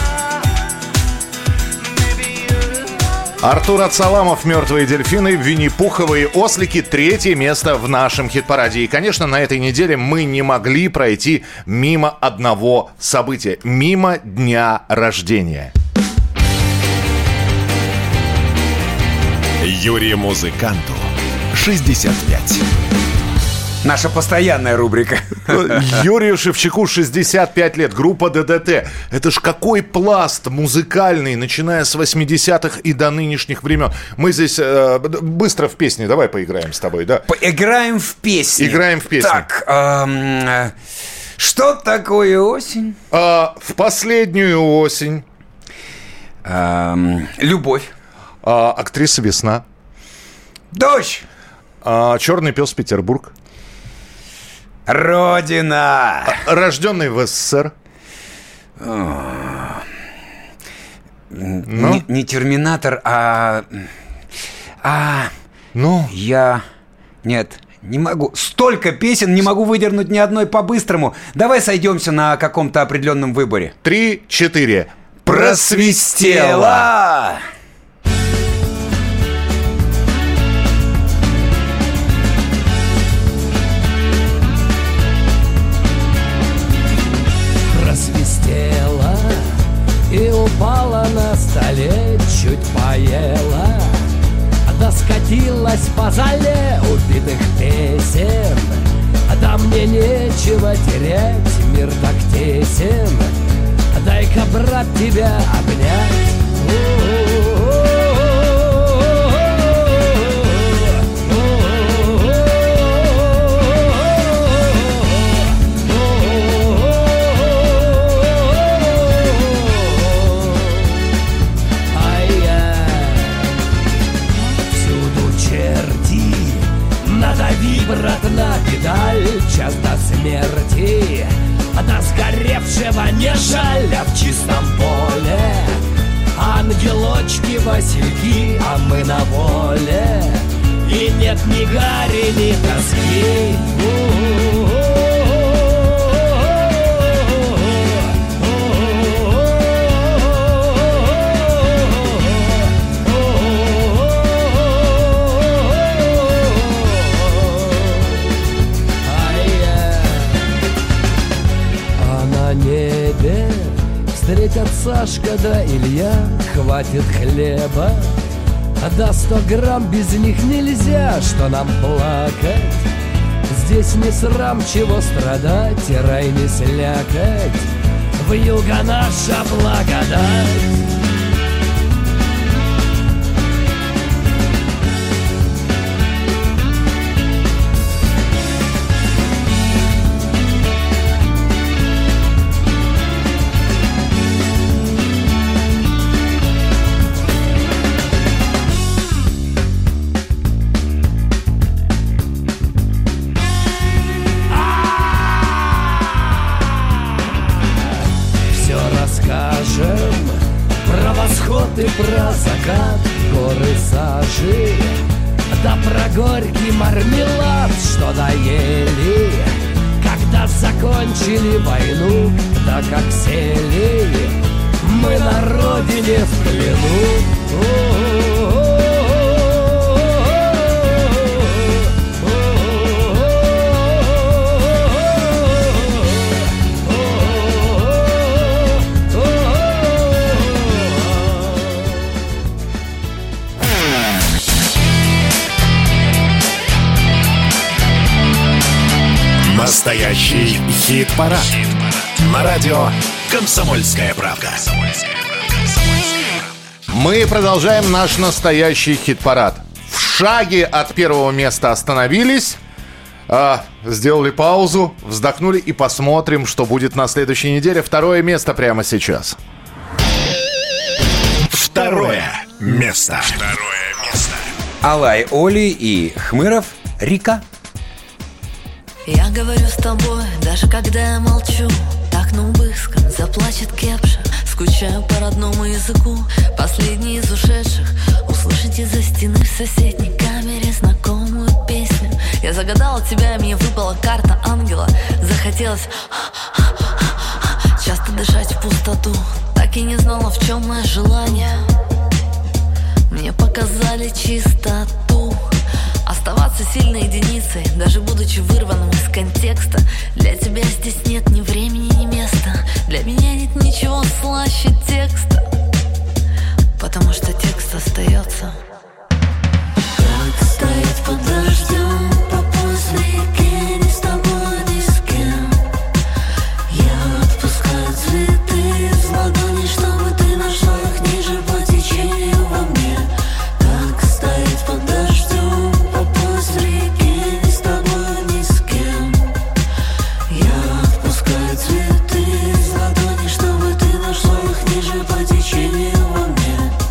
Maybe you love me. Артур Ацаламов, «Мертвые дельфины», винни-пуховые ослики. Третье место в нашем хит-параде. И, конечно, на этой неделе мы не могли пройти мимо одного события. Мимо дня рождения. Юрию Музыканту 65. Наша постоянная рубрика. Юрию Шевчуку 65 лет. Группа ДДТ. Это ж какой пласт музыкальный, начиная с 80-х и до нынешних времен. Мы здесь быстро в песне. Давай поиграем с тобой, да? Поиграем в песни. Играем в песни. Так, что такое осень? В последнюю осень. Любовь. Актриса «Весна». Дождь. Черный пес Петербург. Родина. Рожденный в СССР. Не терминатор, Ну? Нет, не могу. Столько песен, не могу выдернуть ни одной по-быстрому. Давай сойдемся на каком-то определенном выборе. 3, 4. Просвистела. Просвистела и упала на столе, чуть поела, да скатилась по зале убитых песен. Да мне нечего терять, мир так тесен, дай-ка, брат, тебя обнять. дерева не жаль, а в чистом поле. Ангелочки, васильки, а мы на воле. И нет ни гари, ни тоски. А на небе встретят Сашка да Илья, хватит хлеба. Да 100 грамм без них нельзя, что нам плакать. Здесь не срам, чего страдать, и рай не слякоть. Вьюга наша благодать. Про восход и про закат горы сажи, да про горький мармелад, что доели, когда закончили войну, да как сели мы на родине в плену. Настоящий хит-парад. На радио «Комсомольская правда». Мы продолжаем наш настоящий хит-парад. В шаге от первого места остановились, сделали паузу, вздохнули и посмотрим, что будет на следующей неделе. Второе место прямо сейчас. Второе место. Алай Оли и Хмыров «Река». Я говорю с тобой, даже когда я молчу. Так на убыском заплачет кепша. Скучаю по родному языку. Последний из ушедших услышать из-за стены в соседней камере знакомую песню. Я загадала тебя, и мне выпала карта ангела. Захотелось часто дышать в пустоту. Так и не знала, в чем мое желание. Мне показали чистоту. Оставаться сильной единицей, даже будучи вырванным из контекста. Для тебя здесь нет ни времени, ни места. Для меня нет ничего слаще текста, потому что текст остается. Как стоять под дождем по пустыне, не с тобой, ни с кем. Я отпускаю цветы из ладони, чтобы ты нашла их ниже по течению во мне. Как стоять под дождем по пустыне, не с тобой, ни с кем. Я отпускаю цветы из ладони, чтобы ты нашла их ниже по течению во мне.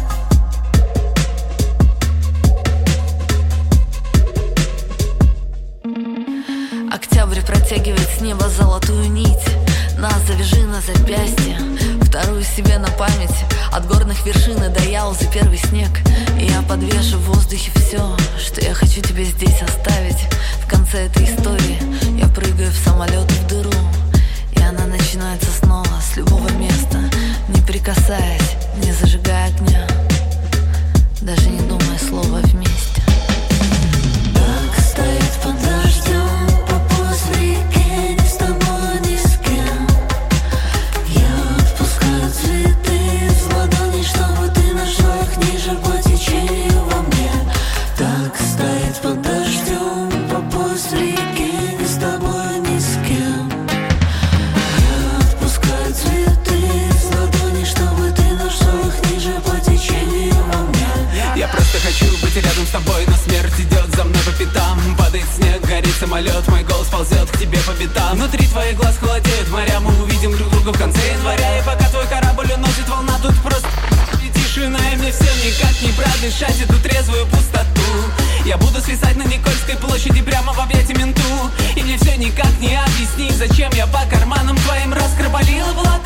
Октябрь протягивает с неба золотую нить. Нас завяжи на запястье, вторую себе на память. От горных вершин до Яузы первый снег. И я подвешу в воздухе все, что я хочу тебе здесь оставить. В конце этой истории я прыгаю в самолет в дыру, и она начинается снова с любого места, не прикасаясь, не зажигая огня, даже не думая слова вместе. Так стоит под дождем по пустыне, не с тобой, ни с кем. Я отпускаю цветы из ладони, чтобы ты нашла их ниже по течению во мне. Так стоит под дождем по пустыне, не с тобой, ни с кем. Я отпускаю цветы из ладони, чтобы ты нашла их ниже по течению во мне. Я просто хочу быть рядом с тобой, но смерть идет за мной по пятам. Падает снег, горит самолет, мой голос ползет к тебе по пятам. Внутри твоих глаз холодеют моря, мы увидим друг друга в конце января. И пока твой корабль уносит волна, тут просто тишина, и мне все никак не продышать эту трезвую пустоту. Я буду свисать на Никольской площади прямо в объятии менту. И мне все никак не объяснить, зачем я по карманам твоим раскрабалила. Была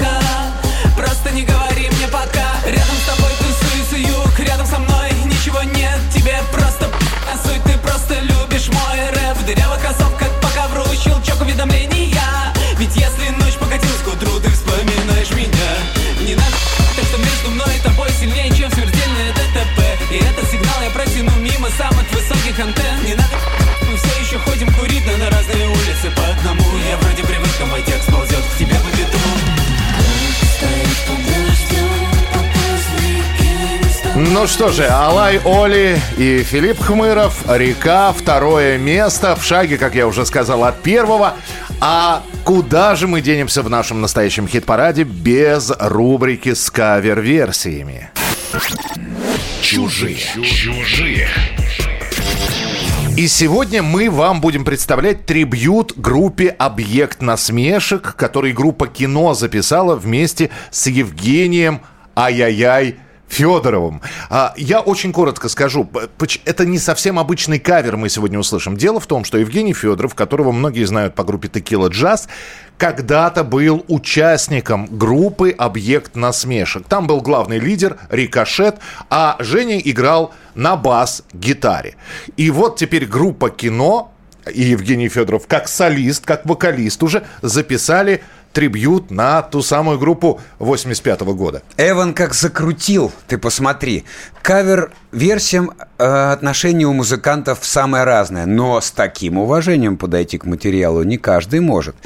Ну что же, Алай Оли и Филипп Хмыров, «Река», 2 место, в шаге, как я уже сказал, от 1. А куда же мы денемся в нашем настоящем хит-параде без рубрики с кавер-версиями? Чужие. И сегодня мы вам будем представлять трибьют группе «Объект насмешек», который группа «Кино» записала вместе с Евгением «Ай-яй-яй» Федоровым. Я очень коротко скажу, это не совсем обычный кавер мы сегодня услышим. Дело в том, что Евгений Федоров, которого многие знают по группе Tequila Jazz, когда-то был участником группы «Объект насмешек». Там был главный лидер Рикошет, а Женя играл на бас-гитаре. И вот теперь группа «Кино» и Евгений Федоров как солист, как вокалист уже записали трибьют на ту самую группу 85-го года. Эван как закрутил, ты посмотри. Кавер-версиям отношение у музыкантов самое разное, но с таким уважением подойти к материалу не каждый может.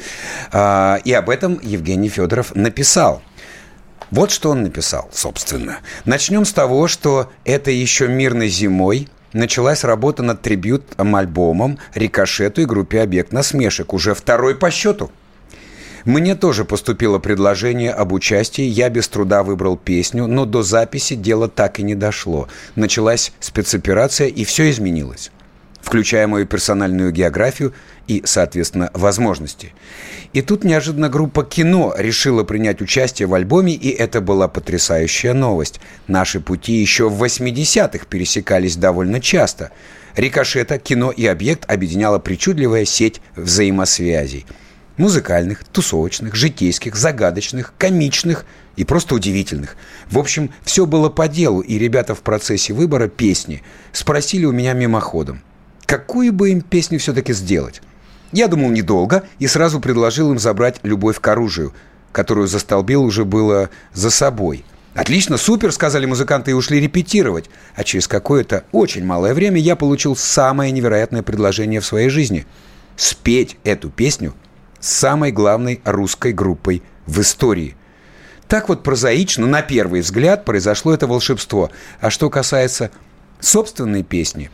И об этом Евгений Федоров написал. Вот что он написал, собственно. Начнем с того, что это еще мирной зимой началась работа над трибьют-альбомом «Рикошету» и группе «Объект насмешек», уже 2 по счету. Мне тоже поступило предложение об участии, я без труда выбрал песню, но до записи дело так и не дошло. Началась спецоперация, и все изменилось, включая мою персональную географию и, соответственно, возможности. И тут неожиданно группа «Кино» решила принять участие в альбоме, и это была потрясающая новость. Наши пути еще в 80-х пересекались довольно часто. «Рикошета», «Кино» и «Объект» объединяла причудливая сеть взаимосвязей. Музыкальных, тусовочных, житейских, загадочных, комичных и просто удивительных. В общем, все было по делу, и ребята в процессе выбора песни спросили у меня мимоходом, какую бы им песню все-таки сделать. Я думал недолго и сразу предложил им забрать «Любовь к оружию», которую застолбил уже было за собой. «Отлично, супер», — сказали музыканты и ушли репетировать. А через какое-то очень малое время я получил самое невероятное предложение в своей жизни — спеть эту песню с самой главной русской группой в истории. Так вот прозаично, на первый взгляд, произошло это волшебство. А что касается собственной песни,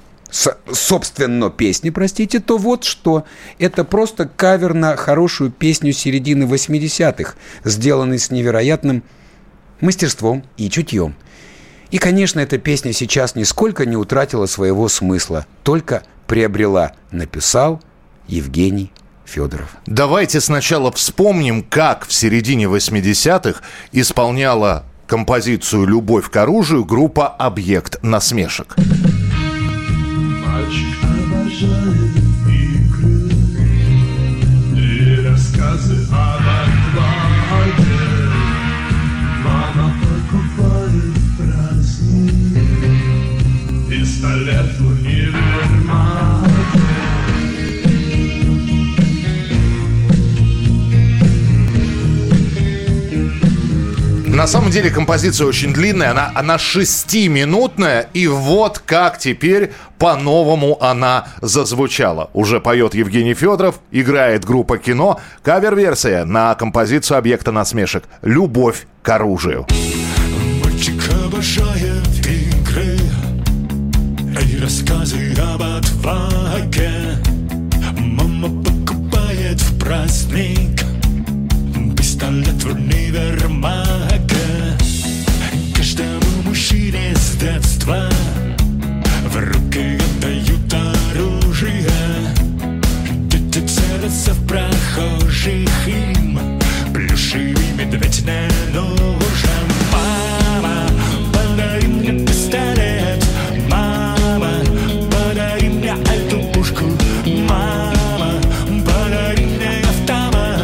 то вот что. Это просто кавер на хорошую песню середины 80-х, сделанный с невероятным мастерством и чутьем. И, конечно, эта песня сейчас нисколько не утратила своего смысла, только приобрела. Написал Евгений Федоров. Давайте сначала вспомним, как в середине 80-х исполняла композицию «Любовь к оружию» группа «Объект насмешек». Мальчик обожает игры и рассказы об отваге. Мама покупает праздник, пистолет в универмаге. На самом деле композиция очень длинная, она 6-минутная, и вот как теперь по-новому она зазвучала. Уже поет Евгений Федоров, играет группа «Кино», кавер-версия на композицию «Объекта насмешек» «Любовь к оружию». Мальчик обожает игры и рассказы об отваге. Мама покупает в праздник пистолет в универмаге. Каждому мужчине с детства в руки отдают оружие. Дети целятся в прохожих, им плюшевый медведь не нужен. Мама, подари мне пистолет. Мама, подари мне эту пушку. Мама, подари мне автомат.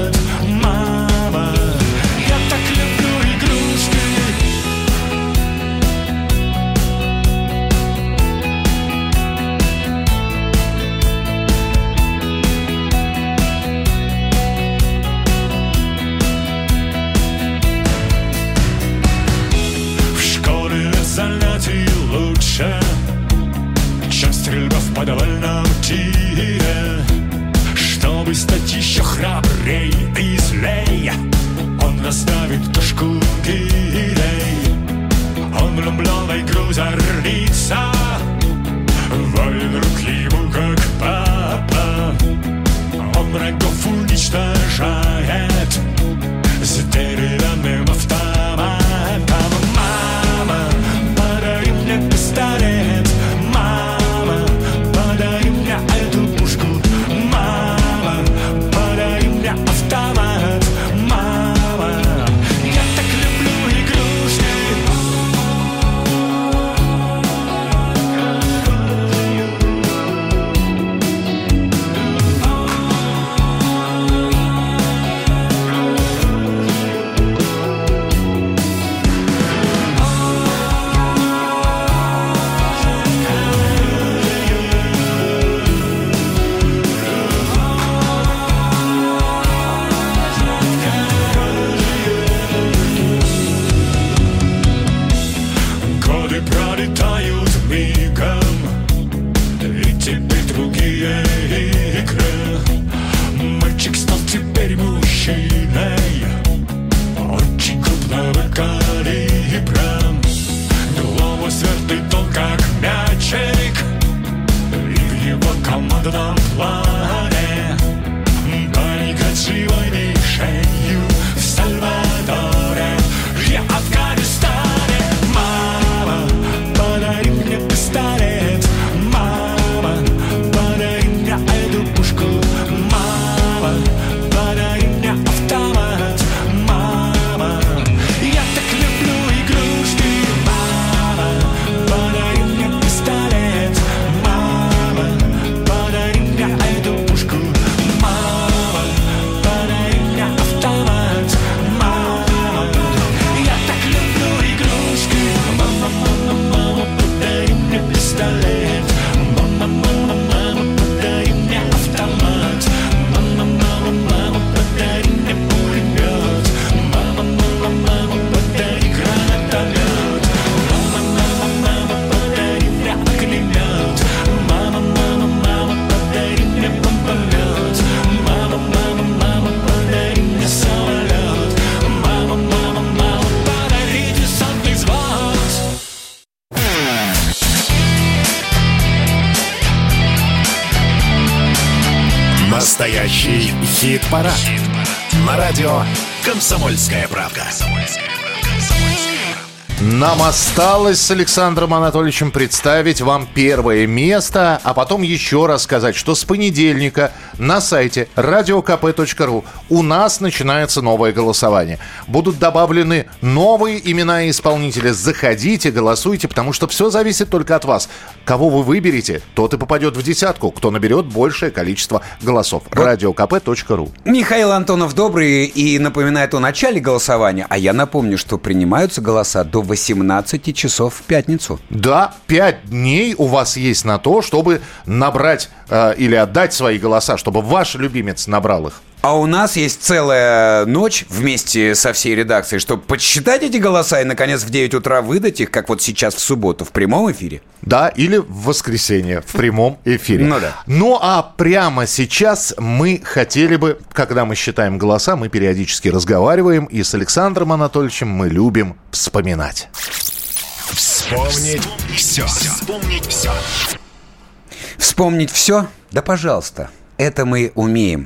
Настоящий хит-парад. На радио «Комсомольская правда». Нам осталось с Александром Анатольевичем представить вам первое место, а потом еще раз сказать, что с понедельника на сайте radiokp.ru у нас начинается новое голосование. Будут добавлены новые имена и исполнители. Заходите, голосуйте, потому что все зависит только от вас. Кого вы выберете, тот и попадет в десятку, кто наберет большее количество голосов. radiokp.ru. Михаил Антонов добрый и напоминает о начале голосования, а я напомню, что принимаются голоса до 18 часов в пятницу. Да, 5 дней у вас есть на то, чтобы набрать или отдать свои голоса, чтобы ваш любимец набрал их. А у нас есть целая ночь вместе со всей редакцией, чтобы подсчитать эти голоса и, наконец, в 9 утра выдать их, как вот сейчас в субботу, в прямом эфире. Да, или в воскресенье в прямом эфире. Ну да. Ну а прямо сейчас мы хотели бы, когда мы считаем голоса, мы периодически разговариваем, и с Александром Анатольевичем мы любим вспоминать. Вспомнить все. Вспомнить все. Вспомнить все? Да, пожалуйста. Это мы умеем.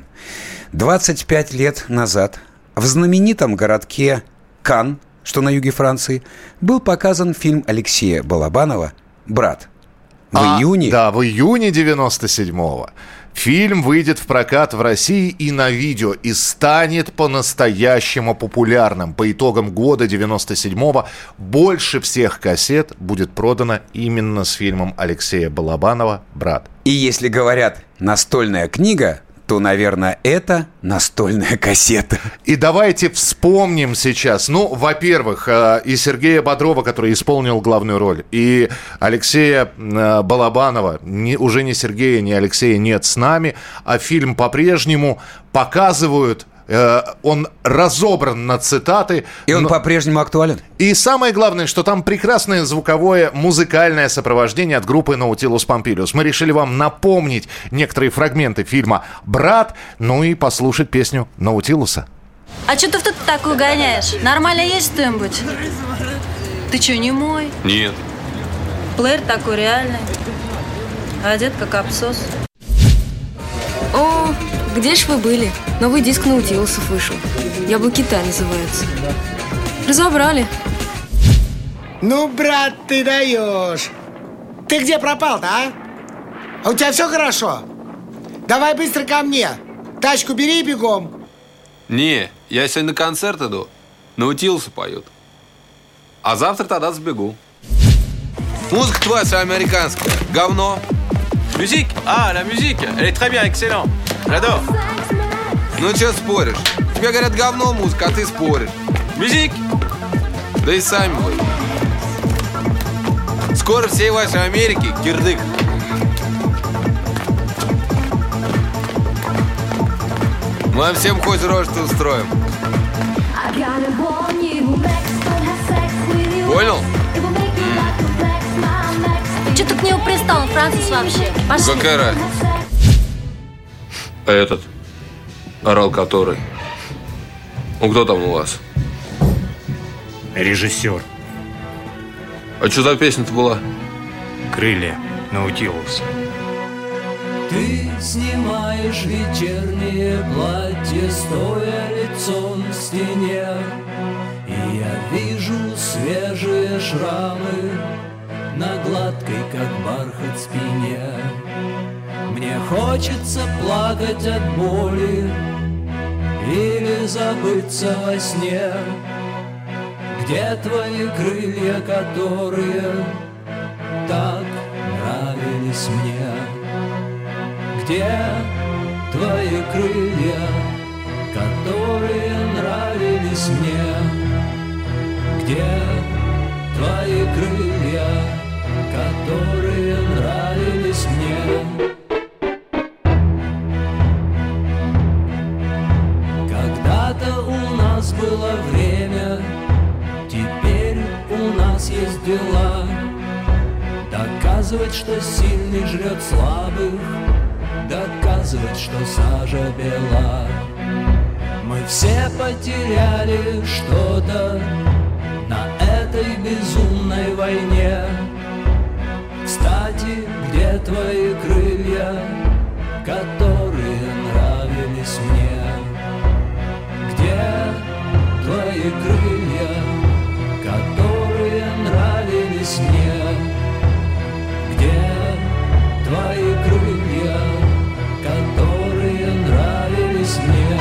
25 лет назад в знаменитом городке Кан, что на юге Франции, был показан фильм Алексея Балабанова «Брат». В июне... Да, в июне 97-го. Фильм выйдет в прокат в России и на видео, и станет по-настоящему популярным. По итогам года 97-го больше всех кассет будет продано именно с фильмом Алексея Балабанова «Брат». И если говорят «настольная книга», то, наверное, это настольная кассета. И давайте вспомним сейчас, во-первых, и Сергея Бодрова, который исполнил главную роль, и Алексея Балабанова, уже ни Сергея, ни Алексея нет с нами, а фильм по-прежнему показывают. Он разобран на цитаты. И он по-прежнему актуален. И самое главное, что там прекрасное звуковое музыкальное сопровождение от группы Nautilus Pompilius. Мы решили вам напомнить некоторые фрагменты фильма «Брат», и послушать песню Наутилуса. А что ты тут такую гоняешь? Нормально есть что-нибудь? Ты что, не мой? Нет. Плеер такой реальный. Одет как абсос. О, где ж вы были? Новый диск Наутилусов вышел. «Яблоки Та» называется. Разобрали. Ну, брат, ты даешь. Ты где пропал-то, а? А у тебя все хорошо? Давай быстро ко мне. Тачку бери и бегом. Не, я сегодня на концерт иду. Наутилусы поют. А завтра тогда сбегу. Музыка твоя вся американская. Говно. Musique? Ah, la musique, elle est très bien, excellent. J'adore. Ну, что споришь? Тебе говорят говно музыка, а ты споришь. Musique? Да и сами вы. Скоро всей вашей Америки кирдык. Мы вам всем хоть рожь-то устроим. Понял? Че ты к нему пристал, Францис, вообще? Пошли. Какая разница? А этот? Орал который? Ну, кто там у вас? Режиссер. А что за песня-то была? «Крылья Наутилуса». Ты снимаешь вечернее платье, стоя лицом к стене, и я вижу свежие шрамы на гладкой, как бархат, спине. Мне хочется плакать от боли или забыться во сне. Где твои крылья, которые так нравились мне? Где твои крылья, которые нравились мне? Где твои крылья, которые нравились мне? Когда-то у нас было время, теперь у нас есть дела. Доказывать, что сильный жрет слабых, доказывать, что сажа бела. Мы все потеряли что-то на этой безумной войне. Кстати, где твои крылья, которые нравились твои крылья, которые нравились мне? Где твои крылья, которые нравились мне?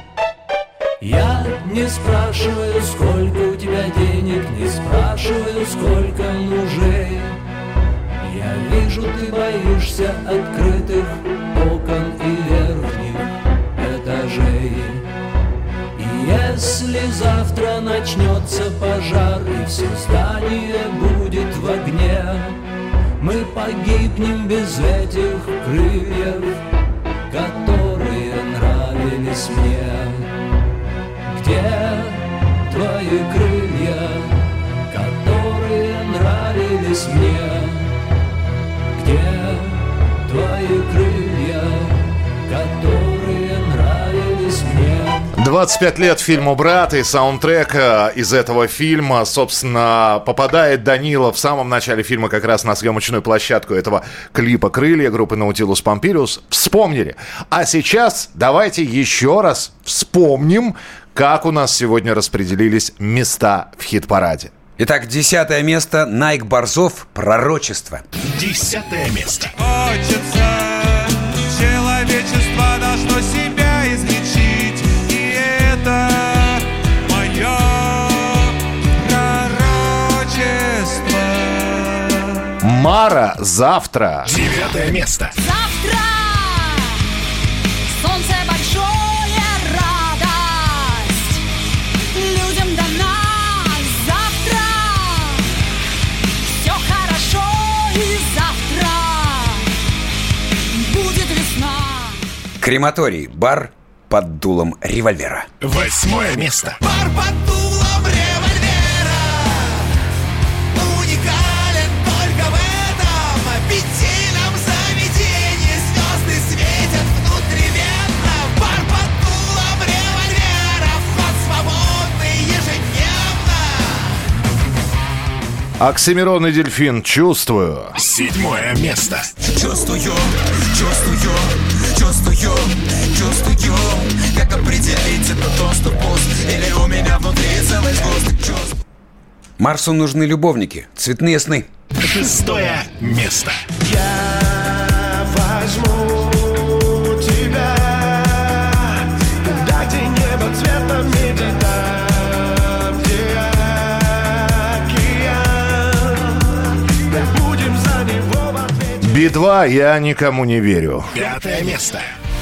Я не спрашиваю, сколько у тебя денег, не спрашиваю, сколько мужей. Я вижу, ты боишься открытых окон и верхних этажей. И если завтра начнется пожар и все здание будет в огне, мы погибнем без этих крыльев, которые нравились мне. Где твои крылья, которые нравились мне? Где твои крылья, которые нравились мне? 25 лет фильму «Брат», и саундтрек из этого фильма, собственно, попадает Данила в самом начале фильма как раз на съемочную площадку этого клипа «Крылья» группы Nautilus Pompilius. Вспомнили. А сейчас давайте еще раз вспомним, как у нас сегодня распределились места в хит-параде. Итак, 10 место. Найк Борзов «Пророчество». 10 место. Хочется, человечество должно себя излечить, и это мое пророчество. Мара «Завтра». 9 место. Завтра солнце большое, радость людям дана. Завтра все хорошо, и завтра будет весна. Крематорий. Бар под дулом револьвера. 8 место. Бар под дулом револьвера уникален только в этом питейном заведении. Звезды светят внутривенно. Бар под дулом револьвера, вход свободный ежедневно. Оксимирон и Дельфин «Чувствую». 7 место. Чувствую, чувствую, чувствую, чувствую. Как определить, это доступ пуст, или у меня внутри целый сгусток чувств? Марсу нужны любовники. Цветные сны. 6 место. Я возьму тебя туда, где небо цвета меди, там, где океан. Мы будем за него в ответе. Би-2 «Я никому не верю». 5 место.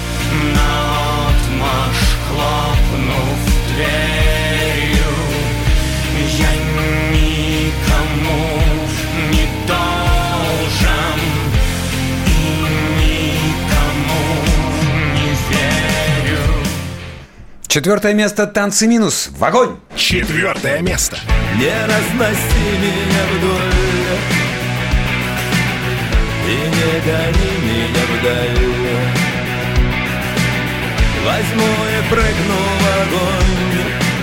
Наотмашь хлопнув дверью, я никому не должен и никому не верю. 4 место. Танцы минус. В огонь. 4 место. Не разноси меня вдоль и не гони меня вдаль. Возьму и прыгну в огонь,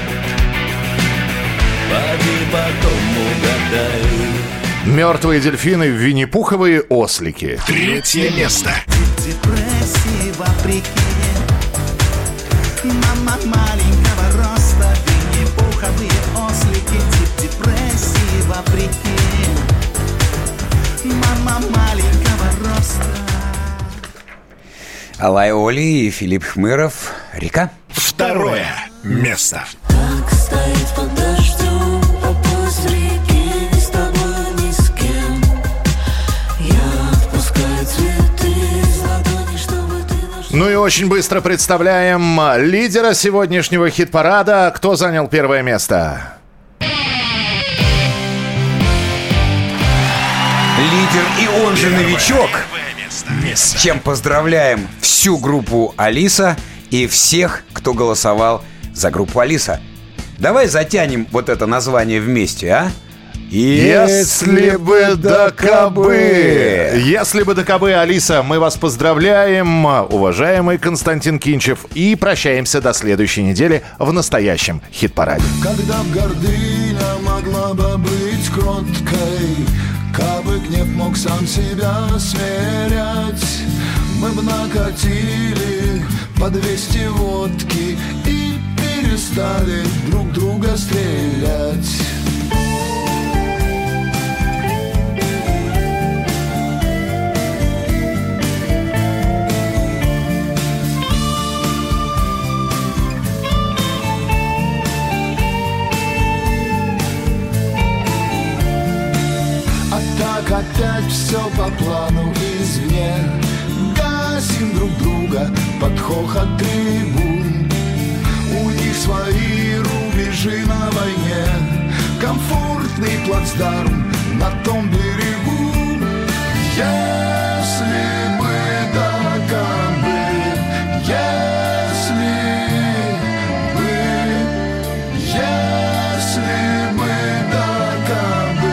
поди потом угадай. Мертвые дельфины, винни-пуховые ослики. 3 место. Депрессии вопреки, мама маленького роста, винни-пуховые ослики. Депрессии вопреки, мама маленького роста. Алай Оли и Филипп Хмыров «Река». 2 место. Так стоит под дождем, поплыть в реке, ни с тобой, ни с кем. Я отпускаю цветы из ладони, чтобы ты наш... Ну и очень быстро представляем лидера сегодняшнего хит-парада. Кто занял 1 место? Лидер и он же новичок. С чем поздравляем всю группу «Алиса» и всех, кто голосовал за группу «Алиса». Давай затянем вот это название вместе, а? Если бы да кабы. Если бы да кабы, Алиса, мы вас поздравляем, уважаемый Константин Кинчев, и прощаемся до следующей недели в настоящем хит-параде. Когда б гордыня могла бы быть кроткой, кабы гнев мог сам себя смирять, мы б накатили по 200 водки и стали друг друга стрелять. Опять все по плану извне. Гасим друг друга под хохот трибун. У них свои рубежи на войне, комфортный плацдарм на том берегу. Если бы так бы, если бы так бы.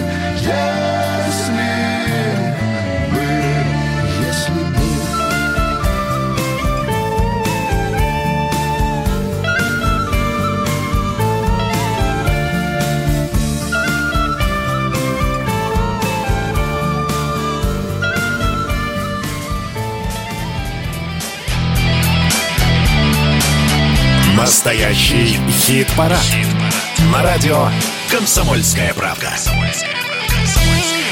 Настоящий хит-парад. На радио «Комсомольская правда».